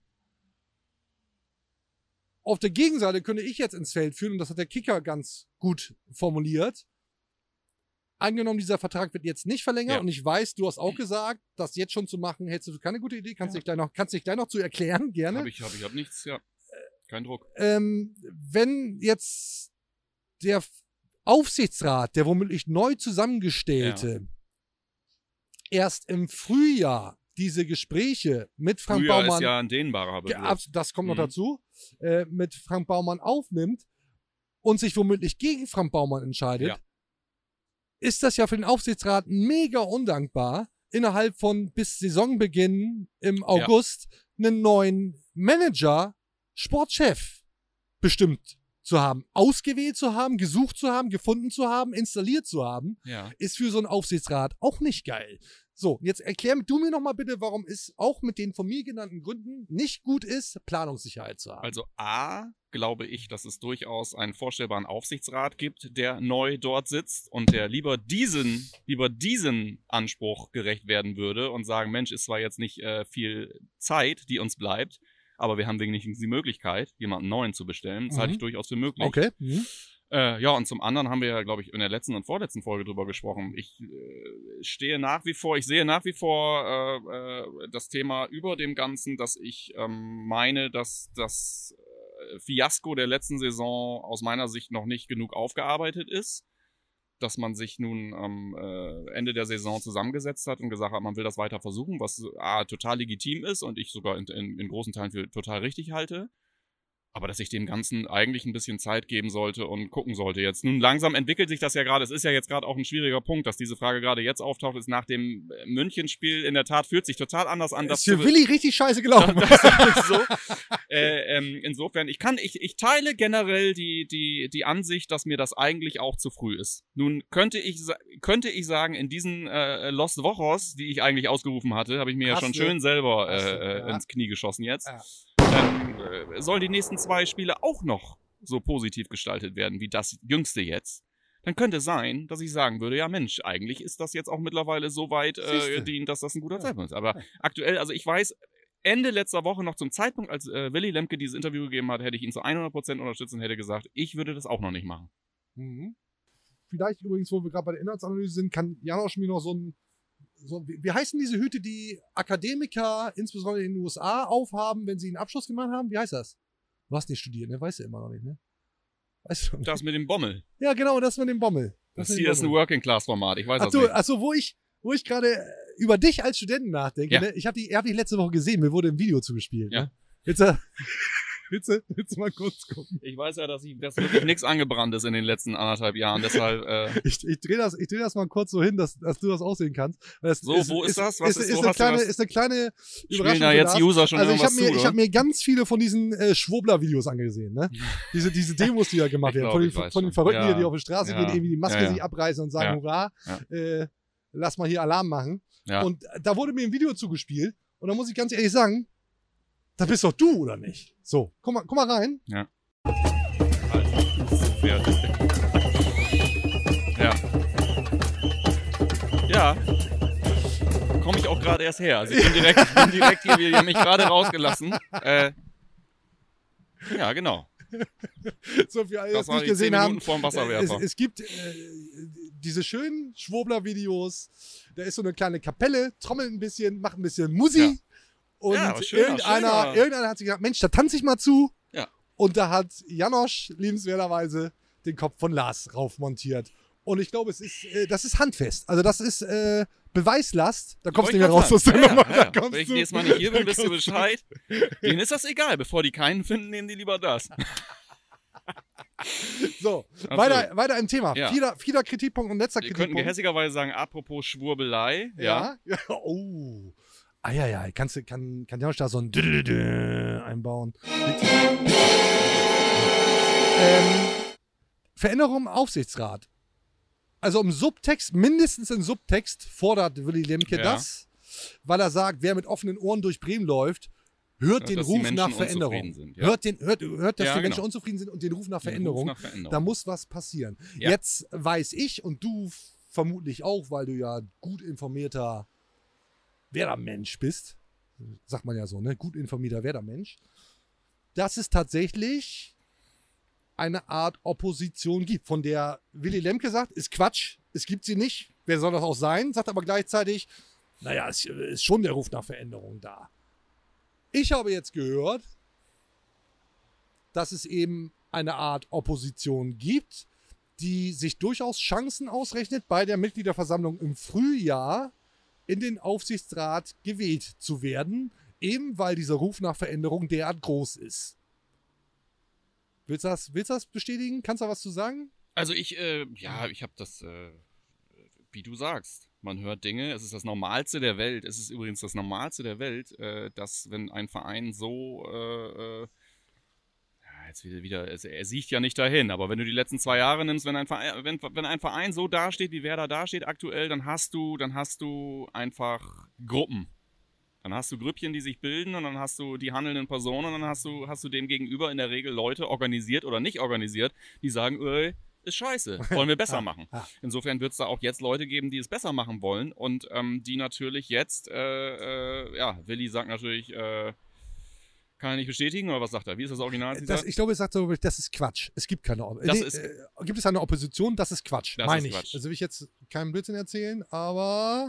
Auf der Gegenseite könnte ich jetzt ins Feld führen, und das hat der Kicker ganz gut formuliert. Angenommen, dieser Vertrag wird jetzt nicht verlängert, Ja. und ich weiß, du hast auch gesagt, das jetzt schon zu machen, hättest du für keine gute Idee, kannst du Ja. dich gleich noch, kannst dich gleich noch zu erklären, gerne. Hab ich, hab ich, hab nichts, ja. Kein Druck. ähm, wenn jetzt der F- Aufsichtsrat, der womöglich neu zusammengestellte, erst im Frühjahr diese Gespräche mit Frank Früher Baumann, ist ja ein dehnbarer Ja, Begriff. abs- das kommt noch Mhm. dazu, äh, mit Frank Baumann aufnimmt und sich womöglich gegen Frank Baumann entscheidet, Ja. ist das ja für den Aufsichtsrat mega undankbar, innerhalb von bis Saisonbeginn im August einen neuen Manager, Sportchef bestimmt zu haben, ausgewählt zu haben, gesucht zu haben, gefunden zu haben, installiert zu haben, Ja. ist für so einen Aufsichtsrat auch nicht geil. So, jetzt erklär du mir noch mal bitte, warum es auch mit den von mir genannten Gründen nicht gut ist, Planungssicherheit zu haben. Also A, glaube ich, dass es durchaus einen vorstellbaren Aufsichtsrat gibt, der neu dort sitzt und der lieber diesen, lieber diesen Anspruch gerecht werden würde und sagen, Mensch, ist zwar jetzt nicht äh, viel Zeit, die uns bleibt, aber wir haben wenigstens die Möglichkeit, jemanden neuen zu bestellen. Das Mhm. halte ich durchaus für möglich. Okay. Mhm. Äh, ja, und zum anderen haben wir ja, glaube ich, in der letzten und vorletzten Folge drüber gesprochen. Ich äh, stehe nach wie vor, ich sehe nach wie vor äh, äh, das Thema über dem Ganzen, dass ich ähm, meine, dass das äh, Fiasko der letzten Saison aus meiner Sicht noch nicht genug aufgearbeitet ist. Dass man sich nun am äh, Ende der Saison zusammengesetzt hat und gesagt hat, man will das weiter versuchen, was A, total legitim ist und ich sogar in, in, in großen Teilen für total richtig halte. Aber dass ich dem Ganzen eigentlich ein bisschen Zeit geben sollte und gucken sollte jetzt. Nun langsam entwickelt sich das ja gerade. Es ist ja jetzt gerade auch ein schwieriger Punkt, dass diese Frage gerade jetzt auftaucht, ist nach dem äh, München-Spiel in der Tat fühlt sich total anders an. Das Das ist für zu- Willi richtig scheiße gelaufen. das ist so. Äh, ähm, insofern, ich kann, ich, ich teile generell die, die, die Ansicht, dass mir das eigentlich auch zu früh ist. Nun könnte ich, sa- könnte ich sagen, in diesen äh, Lost Wochos, die ich eigentlich ausgerufen hatte, habe ich mir ja Hast schon du. schön selber Hast du, äh, ja. äh, ins Knie geschossen jetzt. Ja. Dann äh, sollen die nächsten zwei Spiele auch noch so positiv gestaltet werden, wie das jüngste jetzt. Dann könnte es sein, dass ich sagen würde, ja Mensch, eigentlich ist das jetzt auch mittlerweile so weit äh, Siehste. gedient, dass das ein guter Ja. Zeitpunkt ist. Aber Ja. aktuell, also ich weiß, Ende letzter Woche noch zum Zeitpunkt, als äh, Willy Lemke dieses Interview gegeben hat, hätte ich ihn zu hundert Prozent unterstützt und hätte gesagt, ich würde das auch noch nicht machen. Mhm. Vielleicht übrigens, wo wir gerade bei der Inhaltsanalyse sind, kann Janosch mir noch so ein, so, wie, wie heißen diese Hüte, die Akademiker, insbesondere in den U S A, aufhaben, wenn sie einen Abschluss gemacht haben? Wie heißt das? Du hast nicht studiert, ne? Weißt du immer noch nicht, ne? Weißt du? Das mit dem Bommel. Ja, genau, das mit dem Bommel. Das mit dem hier ist ein Bommel. Working-Class-Format, ich weiß Ach das du, nicht. achso, wo ich, wo ich gerade äh, über dich als Studenten nachdenke, Ja. ne? Ich habe die, hab dich letzte Woche gesehen, mir wurde ein Video zugespielt. Ja. Ne? Willst du, willst, du, willst du mal kurz gucken? Ich weiß ja, dass, ich, dass wirklich nichts angebrannt ist in den letzten anderthalb Jahren, deshalb, äh, Ich, ich drehe das, ich dreh das mal kurz so hin, dass, dass du das aussehen kannst. Weil das So, wo ist das? Was ist, ist ist, so? eine Hast du kleine, was- ist eine kleine spielen Überraschung. da für jetzt das. User schon Also ich habe irgendwas mir, zu, ich oder? hab mir ganz viele von diesen äh, Schwurbler-Videos angesehen, ne? diese, diese Demos, die da gemacht Ich werden, glaub, von den, ich weiß von den schon. Verrückten, Ja. hier, die auf die Straße Ja. gehen, irgendwie die Maske Ja, ja. sich abreißen und sagen, Ja. hurra, Ja. äh, lass mal hier Alarm machen. ja. Und da wurde mir ein Video zugespielt und da muss ich ganz ehrlich sagen, da bist doch du, oder nicht? So, komm mal, komm mal rein. Ja. Pferd. Ja. Ja. Komme ich auch gerade erst her. Also ich bin direkt, ich bin direkt hier, wir haben mich gerade rausgelassen. Äh, ja, genau. So für alle, die Das das war nicht die zehn gesehen haben. Minuten vorm Wasserwerfer. Es, es gibt äh, diese schönen Schwurbler-Videos. Da ist so eine kleine Kapelle, trommelt ein bisschen, macht ein bisschen Musik. Ja. Und Ja, aber schöner, irgendeiner, schöner. irgendeiner hat sich gedacht, Mensch, da tanze ich mal zu. Ja. Und da hat Janosch liebenswerterweise den Kopf von Lars raufmontiert. Und ich glaube, es ist, äh, das ist handfest. Also das ist äh, Beweislast. Da kommst du nicht mehr raus aus der ja, Nummer. ja, ja. Da kommst Wenn ich du- nächstes Mal nicht hier bin, wisst ihr da kommst du- Bescheid. Denen ist das egal. Bevor die keinen finden, nehmen die lieber das. So, Absolut. weiter, weiter im Thema. Ja. Vierter, vierter Kritikpunkt und letzter Wir könnten Kritikpunkt. gehässigerweise sagen, apropos Schwurbelei. Ja. Ja. ja. Oh. Ah ja, ja. Kannst du, kann, kann Janosch da so ein Dü-dü-dü einbauen. Ähm, Veränderung im Aufsichtsrat. Also im Subtext, mindestens im Subtext, fordert Willy Lemke Ja. das, weil er sagt, wer mit offenen Ohren durch Bremen läuft, hört Ja, den dass die Ruf Menschen nach unzufrieden Veränderung. sind, ja. Hört, den, hört, hört, dass Ja, die Menschen genau. unzufrieden sind und den Ruf nach Den Ruf Veränderung. nach Veränderung. Da muss was passieren. Ja. Jetzt weiß ich und du vermutlich auch, weil du ja gut informierter Werder-Mensch bist, sagt man ja so, ne? Gut informierter Werder-Mensch, dass es tatsächlich eine Art Opposition gibt, von der Willy Lemke sagt, ist Quatsch, es gibt sie nicht, wer soll das auch sein, sagt aber gleichzeitig, naja, es ist schon der Ruf nach Veränderung da. Ich habe jetzt gehört, dass es eben eine Art Opposition gibt, die sich durchaus Chancen ausrechnet, bei der Mitgliederversammlung im Frühjahr in den Aufsichtsrat gewählt zu werden, eben weil dieser Ruf nach Veränderung derart groß ist. Willst du das, willst du das bestätigen? Kannst du da was zu sagen? Also ich, äh, ja, ich habe das, äh, wie du sagst, man hört Dinge, es ist das Normalste der Welt, es ist übrigens das Normalste der Welt, äh, dass wenn ein Verein so, äh, äh, ja, jetzt wieder, wieder es, er sieht ja nicht dahin, aber wenn du die letzten zwei Jahre nimmst, wenn ein Verein, wenn, wenn ein Verein so dasteht, wie Werder dasteht aktuell, dann hast du, dann hast du einfach Gruppen. Dann hast du Grüppchen, die sich bilden und dann hast du die handelnden Personen und dann hast du, hast du dem gegenüber in der Regel Leute, organisiert oder nicht organisiert, die sagen, ey, ist scheiße, wollen wir besser machen. ah. Insofern wird es da auch jetzt Leute geben, die es besser machen wollen und ähm, die natürlich jetzt, äh, äh, ja, Willi sagt natürlich, äh, kann er nicht bestätigen oder was sagt er? Wie ist das Original? Das, ich glaube, er sagt so, das ist Quatsch. Es gibt keine Opposition. Das Nee, ist- äh, gibt es eine Opposition? Das ist Quatsch, Das meine ist ich. Quatsch. Also will ich jetzt keinen Blödsinn erzählen, aber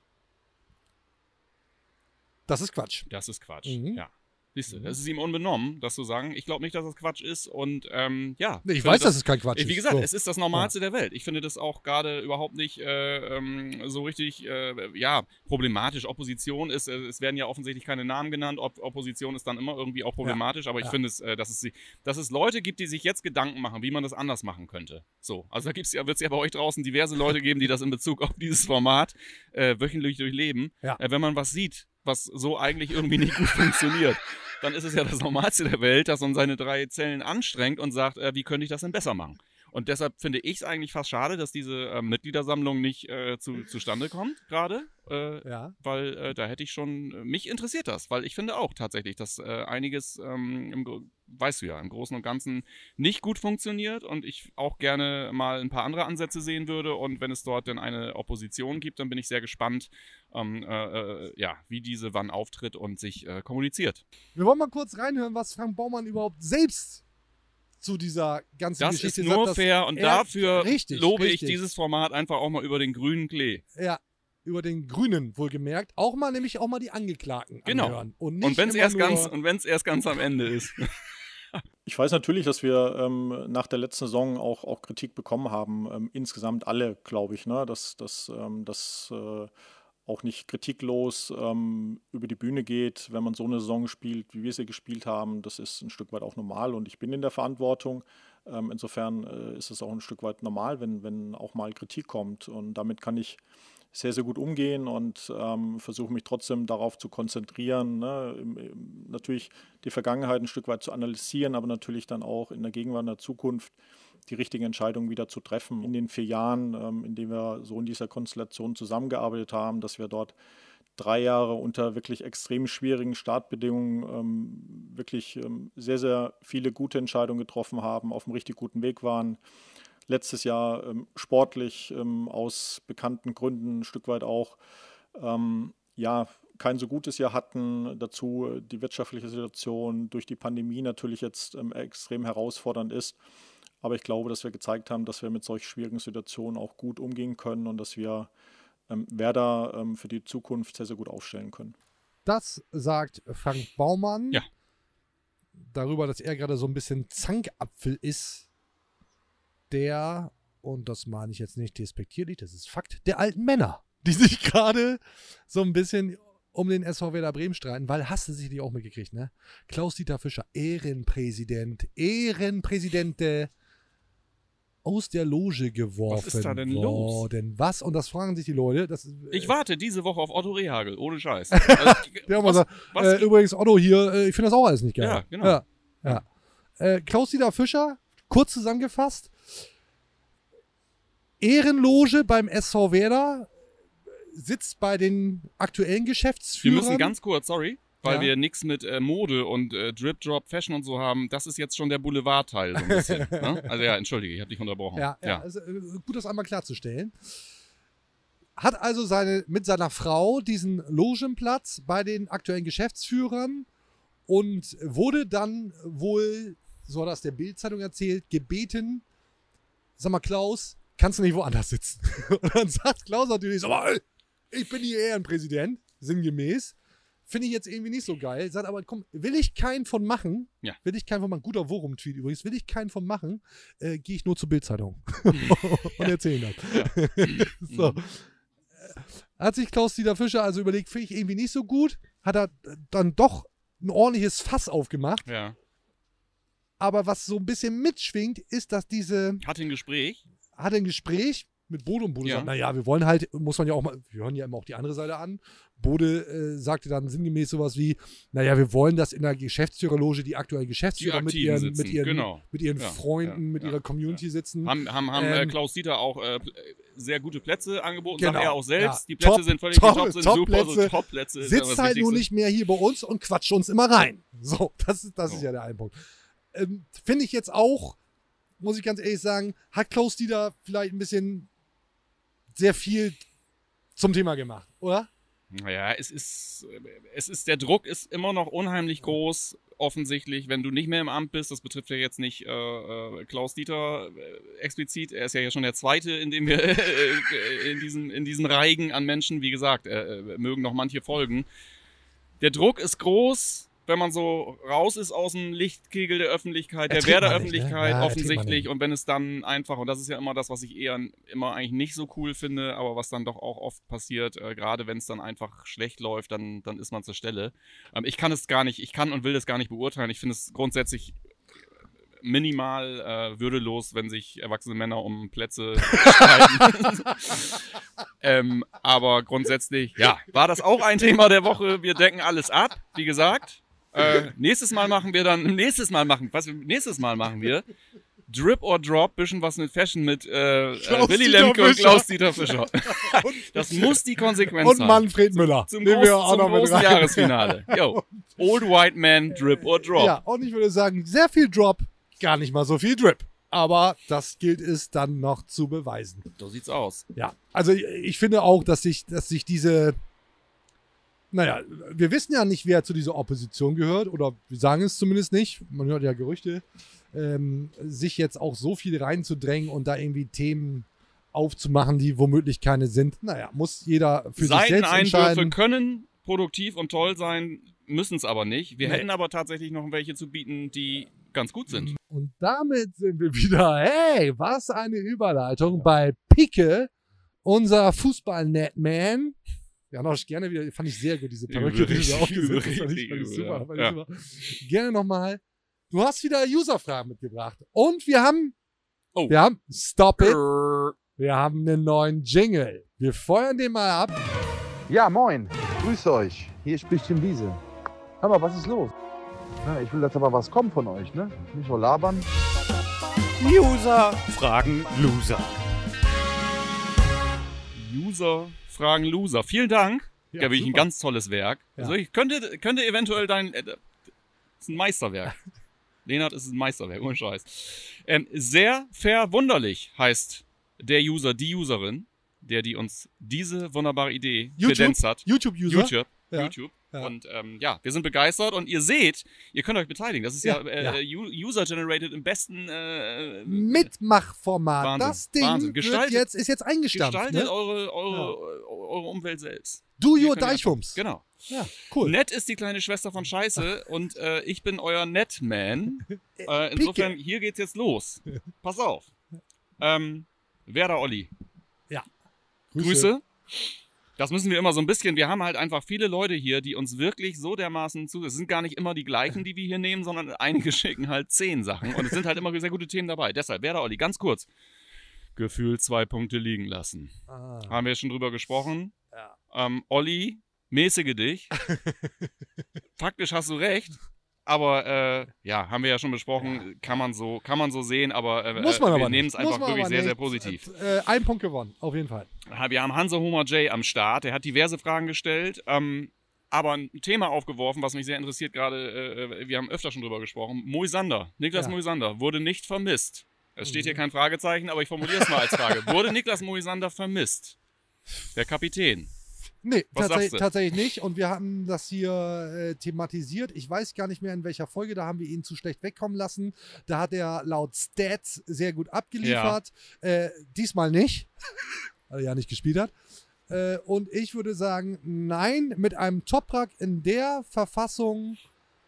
das ist Quatsch. Das ist Quatsch, Mhm. ja. Siehst du, das ist ihm unbenommen, das zu sagen. Ich glaube nicht, dass das Quatsch ist und ähm, ja. Nee, ich finde weiß, dass es kein Quatsch Wie ist. gesagt, So. es ist das Normalste der Welt. Ich finde das auch gerade überhaupt nicht äh, ähm, so richtig, äh, ja, problematisch. Opposition ist, äh, es werden ja offensichtlich keine Namen genannt. Op Opposition ist dann immer irgendwie auch problematisch, aber ich Ja. finde es, äh, dass, es, sie- dass es Leute gibt, die sich jetzt Gedanken machen, wie man das anders machen könnte. So, also da gibt's ja, wird es ja bei euch draußen diverse Leute geben, die das in Bezug auf dieses Format äh, wöchentlich durchleben. Ja. Äh, wenn man was sieht, was so eigentlich irgendwie nicht gut funktioniert, dann ist es ja das Normalste der Welt, dass man seine drei Zellen anstrengt und sagt, äh, wie könnte ich das denn besser machen? Und deshalb finde ich es eigentlich fast schade, dass diese äh, Mitgliedersammlung nicht äh, zu, zustande kommt, gerade. Äh, Ja. weil äh, da hätte ich schon, äh, mich interessiert das, weil ich finde auch tatsächlich, dass äh, einiges, ähm, im, Gro- weißt du ja, im Großen und Ganzen nicht gut funktioniert und ich auch gerne mal ein paar andere Ansätze sehen würde und wenn es dort dann eine Opposition gibt, dann bin ich sehr gespannt, ähm, äh, äh, ja, wie diese wann auftritt und sich äh, kommuniziert. Wir wollen mal kurz reinhören, was Frank Baumann überhaupt selbst zu dieser ganzen Das ist Geschichte nur sagt. dass fair und er- dafür richtig, lobe richtig. ich dieses Format einfach auch mal über den grünen Klee. Ja, über den Grünen wohlgemerkt. Auch mal, nämlich auch mal die Angeklagten Genau. anhören. Und, nicht Und wenn es immer erst, nur- ganz, und wenn's erst ganz am Ende ist. Ich weiß natürlich, dass wir ähm, nach der letzten Saison auch, auch Kritik bekommen haben. Ähm, insgesamt alle, glaube ich, ne? dass das ähm, dass, äh, auch nicht kritiklos ähm, über die Bühne geht, wenn man so eine Saison spielt, wie wir sie gespielt haben. Das ist ein Stück weit auch normal und ich bin in der Verantwortung. Ähm, insofern äh, ist es auch ein Stück weit normal, wenn, wenn auch mal Kritik kommt. Und damit kann ich sehr, sehr gut umgehen und ähm, versuche mich trotzdem darauf zu konzentrieren, ne? Im, im, natürlich die Vergangenheit ein Stück weit zu analysieren, aber natürlich dann auch in der Gegenwart, in der Zukunft die richtigen Entscheidungen wieder zu treffen. In den vier Jahren, ähm, in denen wir so in dieser Konstellation zusammengearbeitet haben, dass wir dort drei Jahre unter wirklich extrem schwierigen Startbedingungen ähm, wirklich ähm, sehr, sehr viele gute Entscheidungen getroffen haben, auf einem richtig guten Weg waren. Letztes Jahr ähm, sportlich ähm, aus bekannten Gründen ein Stück weit auch ähm, ja, kein so gutes Jahr hatten. Dazu die wirtschaftliche Situation durch die Pandemie natürlich jetzt ähm, extrem herausfordernd ist. Aber ich glaube, dass wir gezeigt haben, dass wir mit solch schwierigen Situationen auch gut umgehen können und dass wir ähm, Werder ähm, für die Zukunft sehr, sehr gut aufstellen können. Das sagt Frank Baumann. Ja. Darüber, dass er gerade so ein bisschen Zankapfel ist, der, und das meine ich jetzt nicht despektierlich, das ist Fakt, der alten Männer, die sich gerade so ein bisschen um den S V Werder Bremen streiten, weil hast du sicherlich auch mitgekriegt, ne? Klaus-Dieter Fischer, Ehrenpräsident, Ehrenpräsidente, aus der Loge geworfen. Was ist da denn worden. los? Was? Und das fragen sich die Leute. Das, Ich äh, warte diese Woche auf Otto Rehagel, ohne Scheiß. Also, Der hat mal gesagt, äh, übrigens Otto hier, äh, ich finde das auch alles nicht geil. Ja, genau. Ja, ja. Äh, Klaus-Dieter Fischer, kurz zusammengefasst, Ehrenloge beim S V Werder, sitzt bei den aktuellen wir Geschäftsführern. müssen ganz kurz, sorry, weil Ja. wir nichts mit äh, Mode und äh, Drip, Drop, Fashion und so haben. Das ist jetzt schon der Boulevardteil so ein bisschen. Ne? Also ja, entschuldige, ich habe dich unterbrochen. Ja, ja. Also, äh, gut, das einmal klarzustellen. Hat also seine, mit seiner Frau diesen Logenplatz bei den aktuellen Geschäftsführern und wurde dann wohl, so hat das der Bild-Zeitung erzählt, gebeten, sag mal Klaus, kannst du nicht woanders sitzen? Und dann sagt Klaus natürlich, sag mal, ich bin hier Ehrenpräsident, sinngemäß. Finde ich jetzt irgendwie nicht so geil. Sagt aber, komm, will ich keinen von machen, Ja. will ich keinen von machen, guter Worum-Tweet übrigens, will ich keinen von machen, äh, gehe ich nur zur Bild-Zeitung und erzähle das. So. Hat sich Klaus-Dieter Fischer also überlegt, finde ich irgendwie nicht so gut, hat er dann doch ein ordentliches Fass aufgemacht. Ja. Aber was so ein bisschen mitschwingt, ist, dass diese, Hatte ein Gespräch. hatte ein Gespräch mit Bode und Bode Ja. sagt, naja, wir wollen halt, muss man ja auch mal, wir hören ja immer auch die andere Seite an. Bode äh, sagte dann sinngemäß sowas wie, naja, wir wollen, dass in der Geschäftsführerloge die aktuellen Geschäftsführer Die mit Aktiven ihren, sitzen, mit ihren, genau. mit ihren Ja, Freunden, ja, mit ja, ihrer Community sitzen. Haben, haben, haben äh, Ähm, Klaus Dieter auch äh, pl- sehr gute Plätze angeboten, Genau, sagt er auch selbst. ja. Die Plätze Top, sind völlig top, top, sind top super, so Plätze. Top-Plätze. ist Sitzt das halt nur Wichtigste. nicht mehr hier bei uns und quatscht uns immer rein. So, das ist, das ist So. ja der eine Punkt. Ähm, Finde ich jetzt auch, muss ich ganz ehrlich sagen, hat Klaus Dieter vielleicht ein bisschen sehr viel zum Thema gemacht, oder? Naja, es ist, es ist, der Druck ist immer noch unheimlich groß, offensichtlich, wenn du nicht mehr im Amt bist. Das betrifft ja jetzt nicht äh, äh, Klaus Dieter äh, explizit. Er ist ja schon der Zweite, in dem wir äh, in, diesen, in diesen Reigen an Menschen, wie gesagt, äh, äh, mögen noch manche folgen. Der Druck ist groß, wenn man so raus ist aus dem Lichtkegel der Öffentlichkeit, der Erträgt man Werder-Öffentlichkeit nicht, ne? Ja, erträgt man offensichtlich. nicht. Und wenn es dann einfach, und das ist ja immer das, was ich eher immer eigentlich nicht so cool finde, aber was dann doch auch oft passiert, äh, gerade wenn es dann einfach schlecht läuft, dann, dann ist man zur Stelle. Ähm, ich kann es gar nicht, ich kann und will das gar nicht beurteilen. Ich finde es grundsätzlich minimal äh, würdelos, wenn sich erwachsene Männer um Plätze streiten. ähm, aber grundsätzlich, ja, war das auch ein Thema der Woche. Wir decken alles ab, wie gesagt. Äh, nächstes Mal machen wir dann, nächstes Mal machen, was nächstes Mal machen wir? Drip or Drop, bisschen was mit Fashion mit äh, äh, Willy Klaus-Dieter Lemke und Fischer. Klaus-Dieter Fischer. Das muss die Konsequenz Und haben. Manfred Müller. Zum, nehmen groß, wir auch zum noch mit großen rein. Jahresfinale. Yo. Old White Man, Drip or Drop. Ja, und ich würde sagen, sehr viel Drop, gar nicht mal so viel Drip. Aber das gilt es dann noch zu beweisen. So sieht's aus. Ja, also ich, ich finde auch, dass sich, dass sich diese, naja, wir wissen ja nicht, wer zu dieser Opposition gehört, oder wir sagen es zumindest nicht, man hört ja Gerüchte, ähm, sich jetzt auch so viel reinzudrängen und da irgendwie Themen aufzumachen, die womöglich keine sind. Naja, muss jeder für sich selbst Seiteneinwürfe entscheiden. können produktiv und toll sein, müssen es aber nicht. Wir Nee. hätten aber tatsächlich noch welche zu bieten, die ganz gut sind. Und damit sind wir wieder, hey, was eine Überleitung bei Pike, unser Fußball-Netman. Ja, noch gerne wieder, fand ich sehr gut, diese Perücke, die du Richtig, da aufgesetzt hast. Fand ich, richtig fand ich übel, super, ja. fand ich Ja. super. Gerne nochmal. Du hast wieder User-Fragen mitgebracht. Und wir haben, Oh. wir haben, stop it, Grrr. wir haben einen neuen Jingle. Wir feuern den mal ab. Ja, moin. Grüß euch. Hier spricht Tim Wiese. Hör mal, was ist los? Na, ich will, dass aber was kommt von euch, ne? Nicht nur labern. User fragen Loser. User fragen Loser. Vielen Dank. Ja, Ja, wirklich ein super. ganz tolles Werk. Ja. Also ich könnte, könnte eventuell dein. Äh, ist ein Meisterwerk. Lenart ist ein Meisterwerk, ohne Scheiß. Ähm, sehr verwunderlich heißt der User, die Userin, der die uns diese wunderbare Idee YouTube? kredenzt hat. YouTube-User. YouTube. Ja. YouTube. Ja. Und ähm, ja, wir sind begeistert und ihr seht, ihr könnt euch beteiligen. Das ist ja, Ja, äh, U- User-generated im besten äh, Mitmachformat. Wahnsinn, Das Ding Wahnsinn. wird Gestaltet- jetzt, ist jetzt eingestampft. Gestaltet Ne? eure, eure, eure Umwelt selbst. Do Ihr your könnt ja- Deichfums. Genau. Ja, cool. Nett ist die kleine Schwester von Scheiße und äh, ich bin euer Netman. Äh, insofern, hier geht's jetzt los. Pass auf. Ähm, Werder Olli. Grüße. Das müssen wir immer so ein bisschen, wir haben halt einfach viele Leute hier, die uns wirklich so dermaßen zu, es sind gar nicht immer die gleichen, die wir hier nehmen, sondern einige schicken halt zehn Sachen und es sind halt immer sehr gute Themen dabei. Deshalb, Werder Olli, ganz kurz. Gefühl zwei Punkte liegen lassen. Ah. Haben wir schon drüber gesprochen. Ja. Ähm, Olli, mäßige dich. Faktisch hast du recht. Aber äh, ja, haben wir ja schon besprochen, kann man so, kann man so sehen, aber äh, Muss man wir aber nehmen nicht. es einfach Muss man wirklich aber sehr, sehr nicht. positiv. Äh, ein Punkt gewonnen, auf jeden Fall. Wir haben Hansa Homer J am Start, der hat diverse Fragen gestellt, ähm, aber ein Thema aufgeworfen, was mich sehr interessiert gerade, äh, wir haben öfter schon drüber gesprochen, Moisander, Niklas Ja. Moisander, wurde nicht vermisst. Es steht hier Mhm. kein Fragezeichen, aber ich formuliere es mal als Frage. Wurde Niklas Moisander vermisst? Der Kapitän. Nee, Was tatsächlich, sagst du? tatsächlich nicht. Und wir hatten das hier äh, thematisiert. Ich weiß gar nicht mehr, in welcher Folge. Da haben wir ihn zu schlecht wegkommen lassen. Da hat er laut Stats sehr gut abgeliefert. Äh, diesmal nicht, weil er ja nicht gespielt hat. Äh, und ich würde sagen, nein, mit einem Toprak in der Verfassung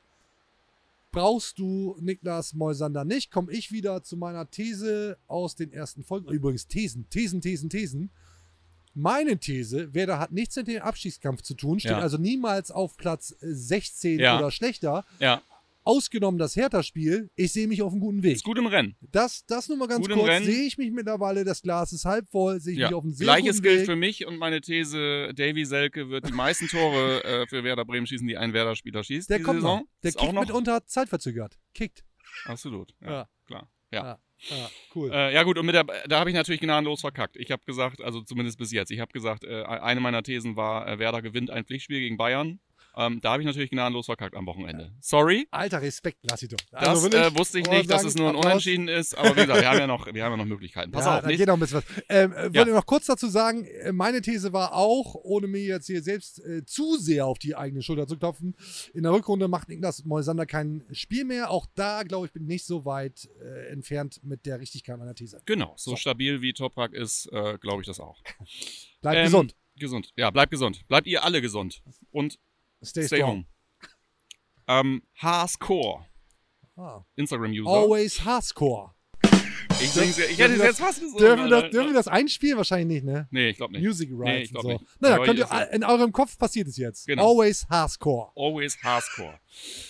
brauchst du Niklas Moisander nicht. Komme ich wieder zu meiner These aus den ersten Folgen. Übrigens Thesen, Thesen, Thesen, Thesen. Meine These, Werder hat nichts mit dem Abstiegskampf zu tun, steht Ja. also niemals auf Platz sechzehn Ja. oder schlechter. Ja, Ausgenommen das Hertha-Spiel, ich sehe mich auf einem guten Weg. ist gut im Rennen. Das, das nur mal ganz Gut im kurz, Rennen. sehe ich mich mittlerweile, das Glas ist halb voll, sehe ich Ja. mich auf einem sehr Gleiches guten gilt Weg. für mich und meine These, Davy Selke wird die meisten Tore äh, für Werder Bremen schießen, die ein Werder-Spieler schießt. Der diese kommt Saison. noch. Der Ist kickt auch noch mitunter zeitverzögert. Kickt. Absolut, ja, Ja. klar. Ja. Ja, ja, cool. Äh, ja gut, und mit der, da habe ich natürlich gnadenlos verkackt. Ich habe gesagt, also zumindest bis jetzt, ich habe gesagt, äh, eine meiner Thesen war, äh, Werder gewinnt ein Pflichtspiel gegen Bayern. Ähm, da habe ich natürlich gnadenlos verkackt am Wochenende. Sorry, Alter Respekt, Lassito. das Also wirklich, äh, wusste ich wollen wir nicht, dass sagen, es nur ein Applaus. Unentschieden ist. Aber wie gesagt, wir haben ja noch, wir haben ja noch Möglichkeiten. Pass ja, auf, da nicht? geht noch ein bisschen was. Ähm, äh, Ja. wollte noch kurz dazu sagen, äh, meine These war auch, ohne mir jetzt hier selbst äh, zu sehr auf die eigene Schulter zu klopfen, in der Rückrunde macht Niklas Moisander kein Spiel mehr. Auch da, glaube ich, bin ich nicht so weit äh, entfernt mit der Richtigkeit meiner These. Genau, so, So. stabil wie Toprak ist, äh, glaube ich das auch. Bleib Ähm, gesund. Gesund, ja, bleibt gesund. Bleibt ihr alle gesund. Und Stay, stay strong. home. Ähm, Haascore, Ah. Instagram-User. Always Hardcore. Ich, sing's ja- ich hätte es jetzt fast gesungen. Dürfen wir, das, Alter. dürfen wir das einspielen? Wahrscheinlich nicht, ne? Nee, ich glaube nicht. Music Rights Nee, ich glaub und so. nicht. Naja, Aber könnt hier ihr, ist in eurem Kopf passiert es jetzt. Genau. Always Hardcore. Always Haascore.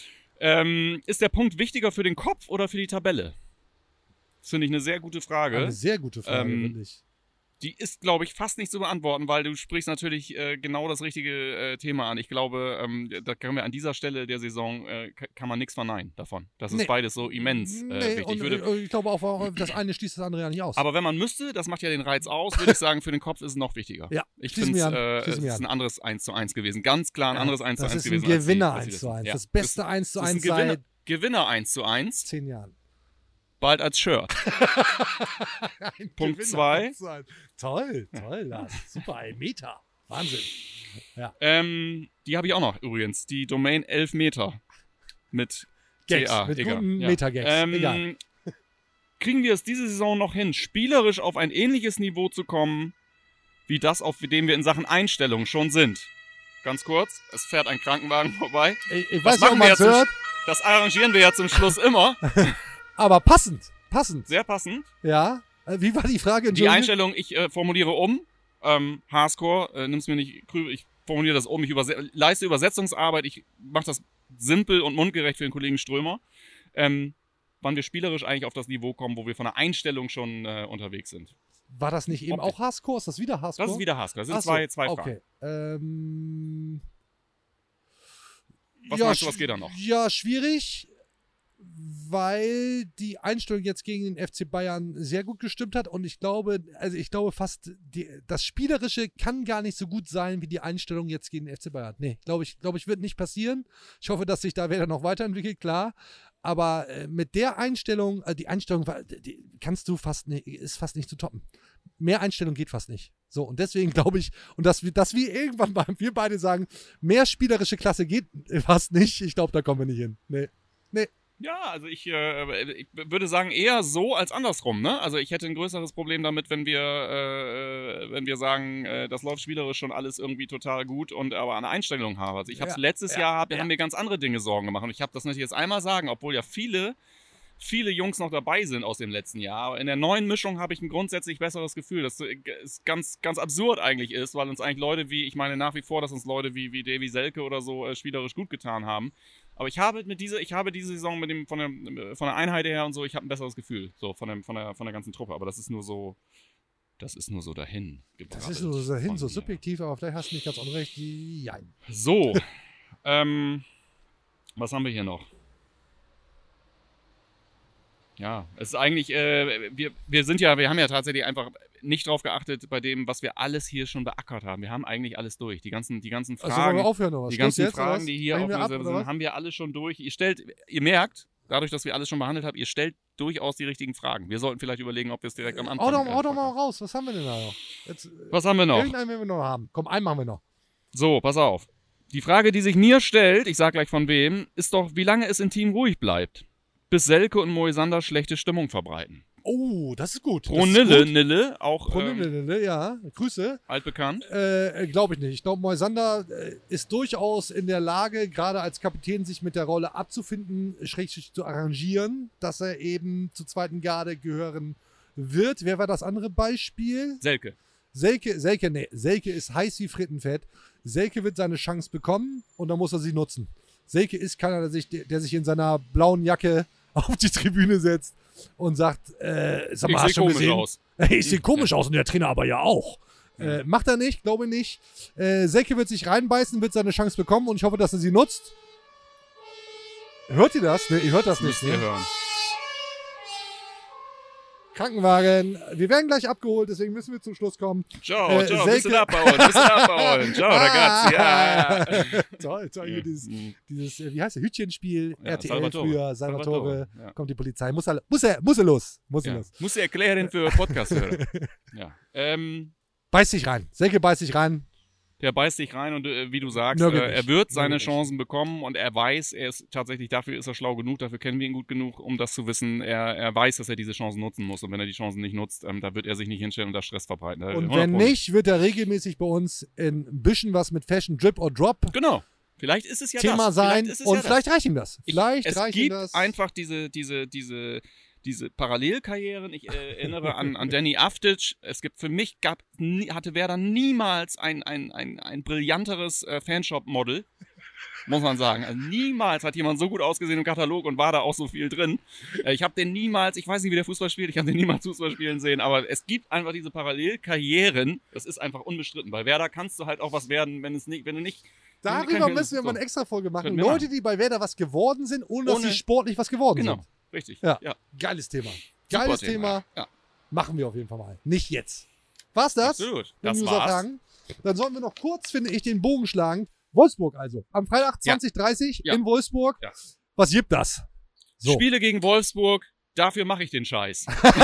Ähm, ist der Punkt wichtiger für den Kopf oder für die Tabelle? Das finde ich eine sehr gute Frage. Eine sehr gute Frage, Ähm, finde ich. Die ist, glaube ich, fast nicht zu beantworten, weil du sprichst natürlich äh, genau das richtige äh, Thema an. Ich glaube, ähm, da können wir an dieser Stelle der Saison, äh, ka- kann man nichts verneinen davon. Das ist Nee. beides so immens äh, Nee, wichtig. und, Ich würde, äh, ich glaube auch, auch, das eine schließt das andere ja nicht aus. aber wenn man müsste, das macht ja den Reiz aus, würde ich sagen, für den Kopf ist es noch wichtiger. Ja, ich schließ finde mir es an, äh, schließ es mir ist an. ein anderes eins zu eins gewesen. Ganz klar ein Ja, anderes eins zu das eins ist ein gewesen. als die- Gewinner als die eins zu letzten. eins. Ja. Das beste eins zu das ist eins ein Gewinner, seit Gewinner eins zu eins, zehn Jahren. bald als Shirt. Ein Punkt Gewinner zwei. eins zu eins. Toll, toll, Lars. Super, ein Meter. Wahnsinn. Ähm, die habe ich auch noch übrigens. Die Domain elf Meter. Mit Gags, T A, mit egal. guten Ja. Metagags. Ähm, Egal. Kriegen wir es diese Saison noch hin, spielerisch auf ein ähnliches Niveau zu kommen, wie das, auf dem wir in Sachen Einstellung schon sind? Ganz kurz, es fährt ein Krankenwagen vorbei. Ich, ich Was weiß nicht, ob machen wir man jetzt es zum hört, Das arrangieren wir ja zum Schluss immer. aber passend. Passend. Sehr passend. Ja. Äh, Wie war die Frage? Die Entschuldigung? Einstellung, ich äh, formuliere um. Ähm, Haascore, äh, nimm's mir nicht krü- ich formuliere das um. Ich überse leiste Übersetzungsarbeit. Ich mache das simpel und mundgerecht für den Kollegen Strömer. Ähm, wann wir spielerisch eigentlich auf das Niveau kommen, wo wir von der Einstellung schon äh, unterwegs sind. War das nicht eben Optik. auch Hardcore? Ist das wieder Hardcore? Das ist wieder Haascore. Das sind Ach so, zwei, zwei Fragen. Okay. Ähm, Was ja, meinst du, was sch- geht da noch? Ja, schwierig, weil die Einstellung jetzt gegen den F C Bayern sehr gut gestimmt hat und ich glaube, also ich glaube fast, die, das Spielerische kann gar nicht so gut sein wie die Einstellung jetzt gegen den F C Bayern. Nee, glaube ich, glaube ich, wird nicht passieren. Ich hoffe, dass sich da Werder noch weiterentwickelt, klar. Aber äh, mit der Einstellung, äh, die Einstellung war, die kannst du fast nicht, ist fast nicht zu toppen. mehr Einstellung geht fast nicht. So, und deswegen glaube ich, und dass wir, dass wir irgendwann mal, wir beide sagen, mehr spielerische Klasse geht fast nicht. Ich glaube, da kommen wir nicht hin. Nee. Nee. Ja, also ich, äh, ich würde sagen eher so als andersrum, ne? Also ich hätte ein größeres Problem damit, wenn wir, äh, wenn wir sagen, äh, das läuft spielerisch schon alles irgendwie total gut und aber eine Einstellung habe. Also ich habe Ja, letztes ja, Jahr, hab, ja. haben mir ganz andere Dinge Sorgen gemacht und ich habe das nicht jetzt einmal sagen, obwohl ja viele, viele Jungs noch dabei sind aus dem letzten Jahr. Aber in der neuen Mischung habe ich ein grundsätzlich besseres Gefühl, dass es ganz, ganz absurd eigentlich ist, weil uns eigentlich Leute wie, ich meine nach wie vor, dass uns Leute wie, wie Davy Selke oder so äh, spielerisch gut getan haben. Aber ich habe mit dieser, ich habe diese Saison mit dem, von der, von der Einheit her und so, ich habe ein besseres Gefühl, so von, dem, von, der, von der ganzen Truppe. Aber das ist nur so, das ist nur so dahin. Das ist nur so dahin, so mir. subjektiv, aber vielleicht hast du nicht ganz unrecht. Ja. So, ähm, was haben wir hier noch? Ja, es ist eigentlich, äh, wir, wir sind ja, wir haben ja tatsächlich einfach nicht drauf geachtet bei dem, was wir alles hier schon beackert haben. Wir haben eigentlich alles durch. Die ganzen, die ganzen Also wollen Fragen, wir aufhören noch was? die Schluss ganzen jetzt, oder Fragen, was? die hier Brechen wir ab, aufgesetzt oder was? sind, haben wir alle schon durch. Ihr stellt, ihr merkt, dadurch, dass wir alles schon behandelt haben, ihr stellt durchaus die richtigen Fragen. Wir sollten vielleicht überlegen, ob wir es direkt am Anfang Hau doch, äh, hau doch mal packen. raus. Was haben wir denn da noch? Jetzt, äh, Was haben wir noch? Irgendeinen werden wir noch haben. Komm, einen machen wir noch. So, pass auf. Die Frage, die sich mir stellt, ich sag gleich von wem, ist doch, wie lange es im Team ruhig bleibt, bis Selke und Moisander schlechte Stimmung verbreiten. Oh, das ist gut. Pro das ist Nille, gut. Nille, auch Pro ähm, Nille, ja. Grüße. altbekannt. Äh, glaube ich nicht. Ich glaube, Moisander äh, ist durchaus in der Lage, gerade als Kapitän sich mit der Rolle abzufinden, schrägstrich zu arrangieren, dass er eben zur zweiten Garde gehören wird. Wer war das andere Beispiel? Selke. Selke, Selke, nee, Selke ist heiß wie Frittenfett. Selke wird seine Chance bekommen und dann muss er sie nutzen. Selke ist keiner, der sich, der sich in seiner blauen Jacke auf die Tribüne setzt und sagt, äh, sag mal, Ich hast seh du schon komisch gesehen? aus. Hey, ich sehe komisch aus und der Trainer aber ja auch. Äh, macht er nicht, glaube nicht. Äh, Selke wird sich reinbeißen, wird seine Chance bekommen und ich hoffe, dass er sie nutzt. Hört ihr das? Ne, ihr hört das nicht, Müsst ihr ne? hören. Krankenwagen. Wir werden gleich abgeholt, deswegen müssen wir zum Schluss kommen. Ciao, Äh, ciao, Selke- bisschen abbauen, bisschen abbauen. Ciao, ragazzi, ja, ja. Toll, toll. Hier Ja. dieses, Mhm. dieses, äh, wie heißt der, Hütchenspiel, Ja, R T L Salvatore. früher, Salvatore, Salvatore, ja. kommt die Polizei. Muss er, muss er, muss er los. Muss er Ja. los. Muss ich erklären für Podcast-Hörer. Ja. Ähm, Beiß dich rein. Selke beißt dich rein. der beißt sich rein und äh, wie du sagst, Nörgelt äh, nicht. er wird seine Nörgelt nicht. Chancen bekommen und er weiß, er ist tatsächlich, dafür ist er schlau genug, dafür kennen wir ihn gut genug, um das zu wissen. Er, er weiß, dass er diese Chancen nutzen muss und wenn er die Chancen nicht nutzt, ähm, da wird er sich nicht hinstellen und da Stress verbreiten. Da- Und hundert wenn Pro. nicht, wird er regelmäßig bei uns in ein bisschen was mit Fashion Drip or Drop Genau. Vielleicht ist es ja Thema das. sein Vielleicht ist es und ja vielleicht das. reicht ihm das. Ich, Vielleicht es reicht ihm gibt das. einfach diese, diese, diese, diese Parallelkarrieren. Ich äh, erinnere an, an Danny Aftic. Es gibt für mich, gab, nie, hatte Werder niemals ein, ein, ein, ein brillanteres äh, Fanshop-Model. Muss man sagen. Also niemals hat jemand so gut ausgesehen im Katalog und war da auch so viel drin. Äh, ich habe den niemals, ich weiß nicht, wie der Fußball spielt, ich habe den niemals Fußball spielen sehen, aber es gibt einfach diese Parallelkarrieren. Das ist einfach unbestritten. Bei Werder kannst du halt auch was werden, wenn, es nicht, wenn du nicht. Darüber Kann- müssen wir so. mal eine extra Folge machen. Können wir Leute, machen. die bei Werder was geworden sind, ohne, dass Ohne- sie sportlich was geworden Genau, sind. richtig. Ja. ja. Geiles Thema. Super Geiles Thema. Ja, Machen wir auf jeden Fall mal. Nicht jetzt. War's das? absolut. Wenn Das User war's. fragen. Dann sollen wir noch kurz, finde ich, den Bogen schlagen. Wolfsburg also. Am Freitag Ja. zwanzig Uhr dreißig Ja. in Wolfsburg. Ja. Was gibt das? So. Spiele gegen Wolfsburg, dafür mache ich den Scheiß.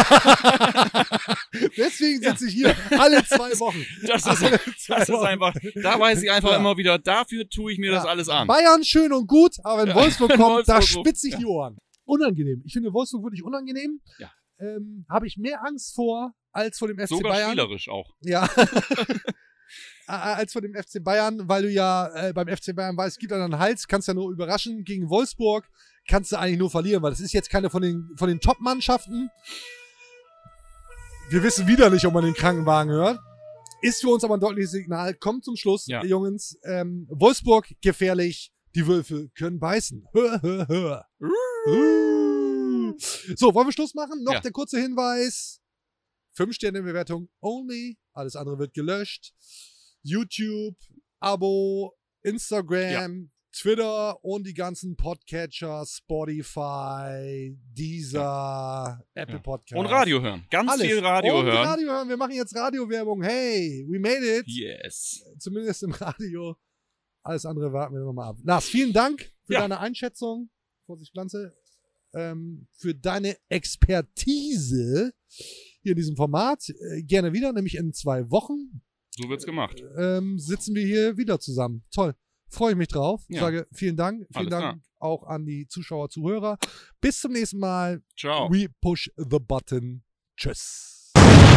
Deswegen sitze ich hier alle zwei Wochen. Das ist, Alle zwei das ist Wochen. einfach, da weiß ich einfach Ja. immer wieder, dafür tue ich mir das Ja. alles an. Bayern schön und gut, aber wenn Ja. Wolfsburg Wenn kommt, da Wolfsburg- spitze ich ja. die Ohren. Unangenehm. Ich finde Wolfsburg wirklich unangenehm. Ja. Ähm, Habe ich mehr Angst vor als vor dem F C Sogar Bayern. spielerisch auch. Ja. Äh, als vor dem F C Bayern, weil du ja äh, beim F C Bayern weißt, es gibt einen Hals, kannst ja nur überraschen. Gegen Wolfsburg kannst du eigentlich nur verlieren, weil das ist jetzt keine von den, von den Top-Mannschaften. Wir wissen wieder nicht, ob man den Krankenwagen hört. Ist für uns aber ein deutliches Signal. Kommt zum Schluss, Ja. Jungs. Ähm, Wolfsburg gefährlich. Die Wölfe können beißen. Hör, hör, hör. Uh. So, wollen wir Schluss machen? Noch Ja. der kurze Hinweis. Fünf Sterne Bewertung only. Alles andere wird gelöscht. YouTube, Abo, Instagram, Twitter und die ganzen Podcatcher, Spotify, Deezer, Apple Ja. Podcasts. Und Radio hören. Ganz Alles. viel Radio und hören. Radio hören. Wir machen jetzt Radiowerbung. Hey, we made it. Yes. Zumindest im Radio. Alles andere warten wir nochmal ab. Lars, vielen Dank für Ja. deine Einschätzung. Vorsicht, Pflanze. Ähm, für deine Expertise. hier in diesem Format. Äh, gerne wieder, nämlich in zwei Wochen. So wird's gemacht. Ähm, sitzen wir hier wieder zusammen. Toll. Freue ich mich drauf. Ja. Sage vielen Dank. Vielen Alles Dank klar. auch an die Zuschauer, Zuhörer. Bis zum nächsten Mal. Ciao. We push the button. Tschüss.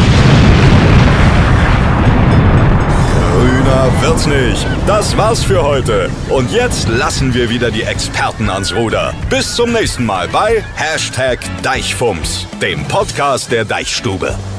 Grüner wird's nicht. Das war's für heute. Und jetzt lassen wir wieder die Experten ans Ruder. Bis zum nächsten Mal bei Hashtag Deichfumms, dem Podcast der Deichstube.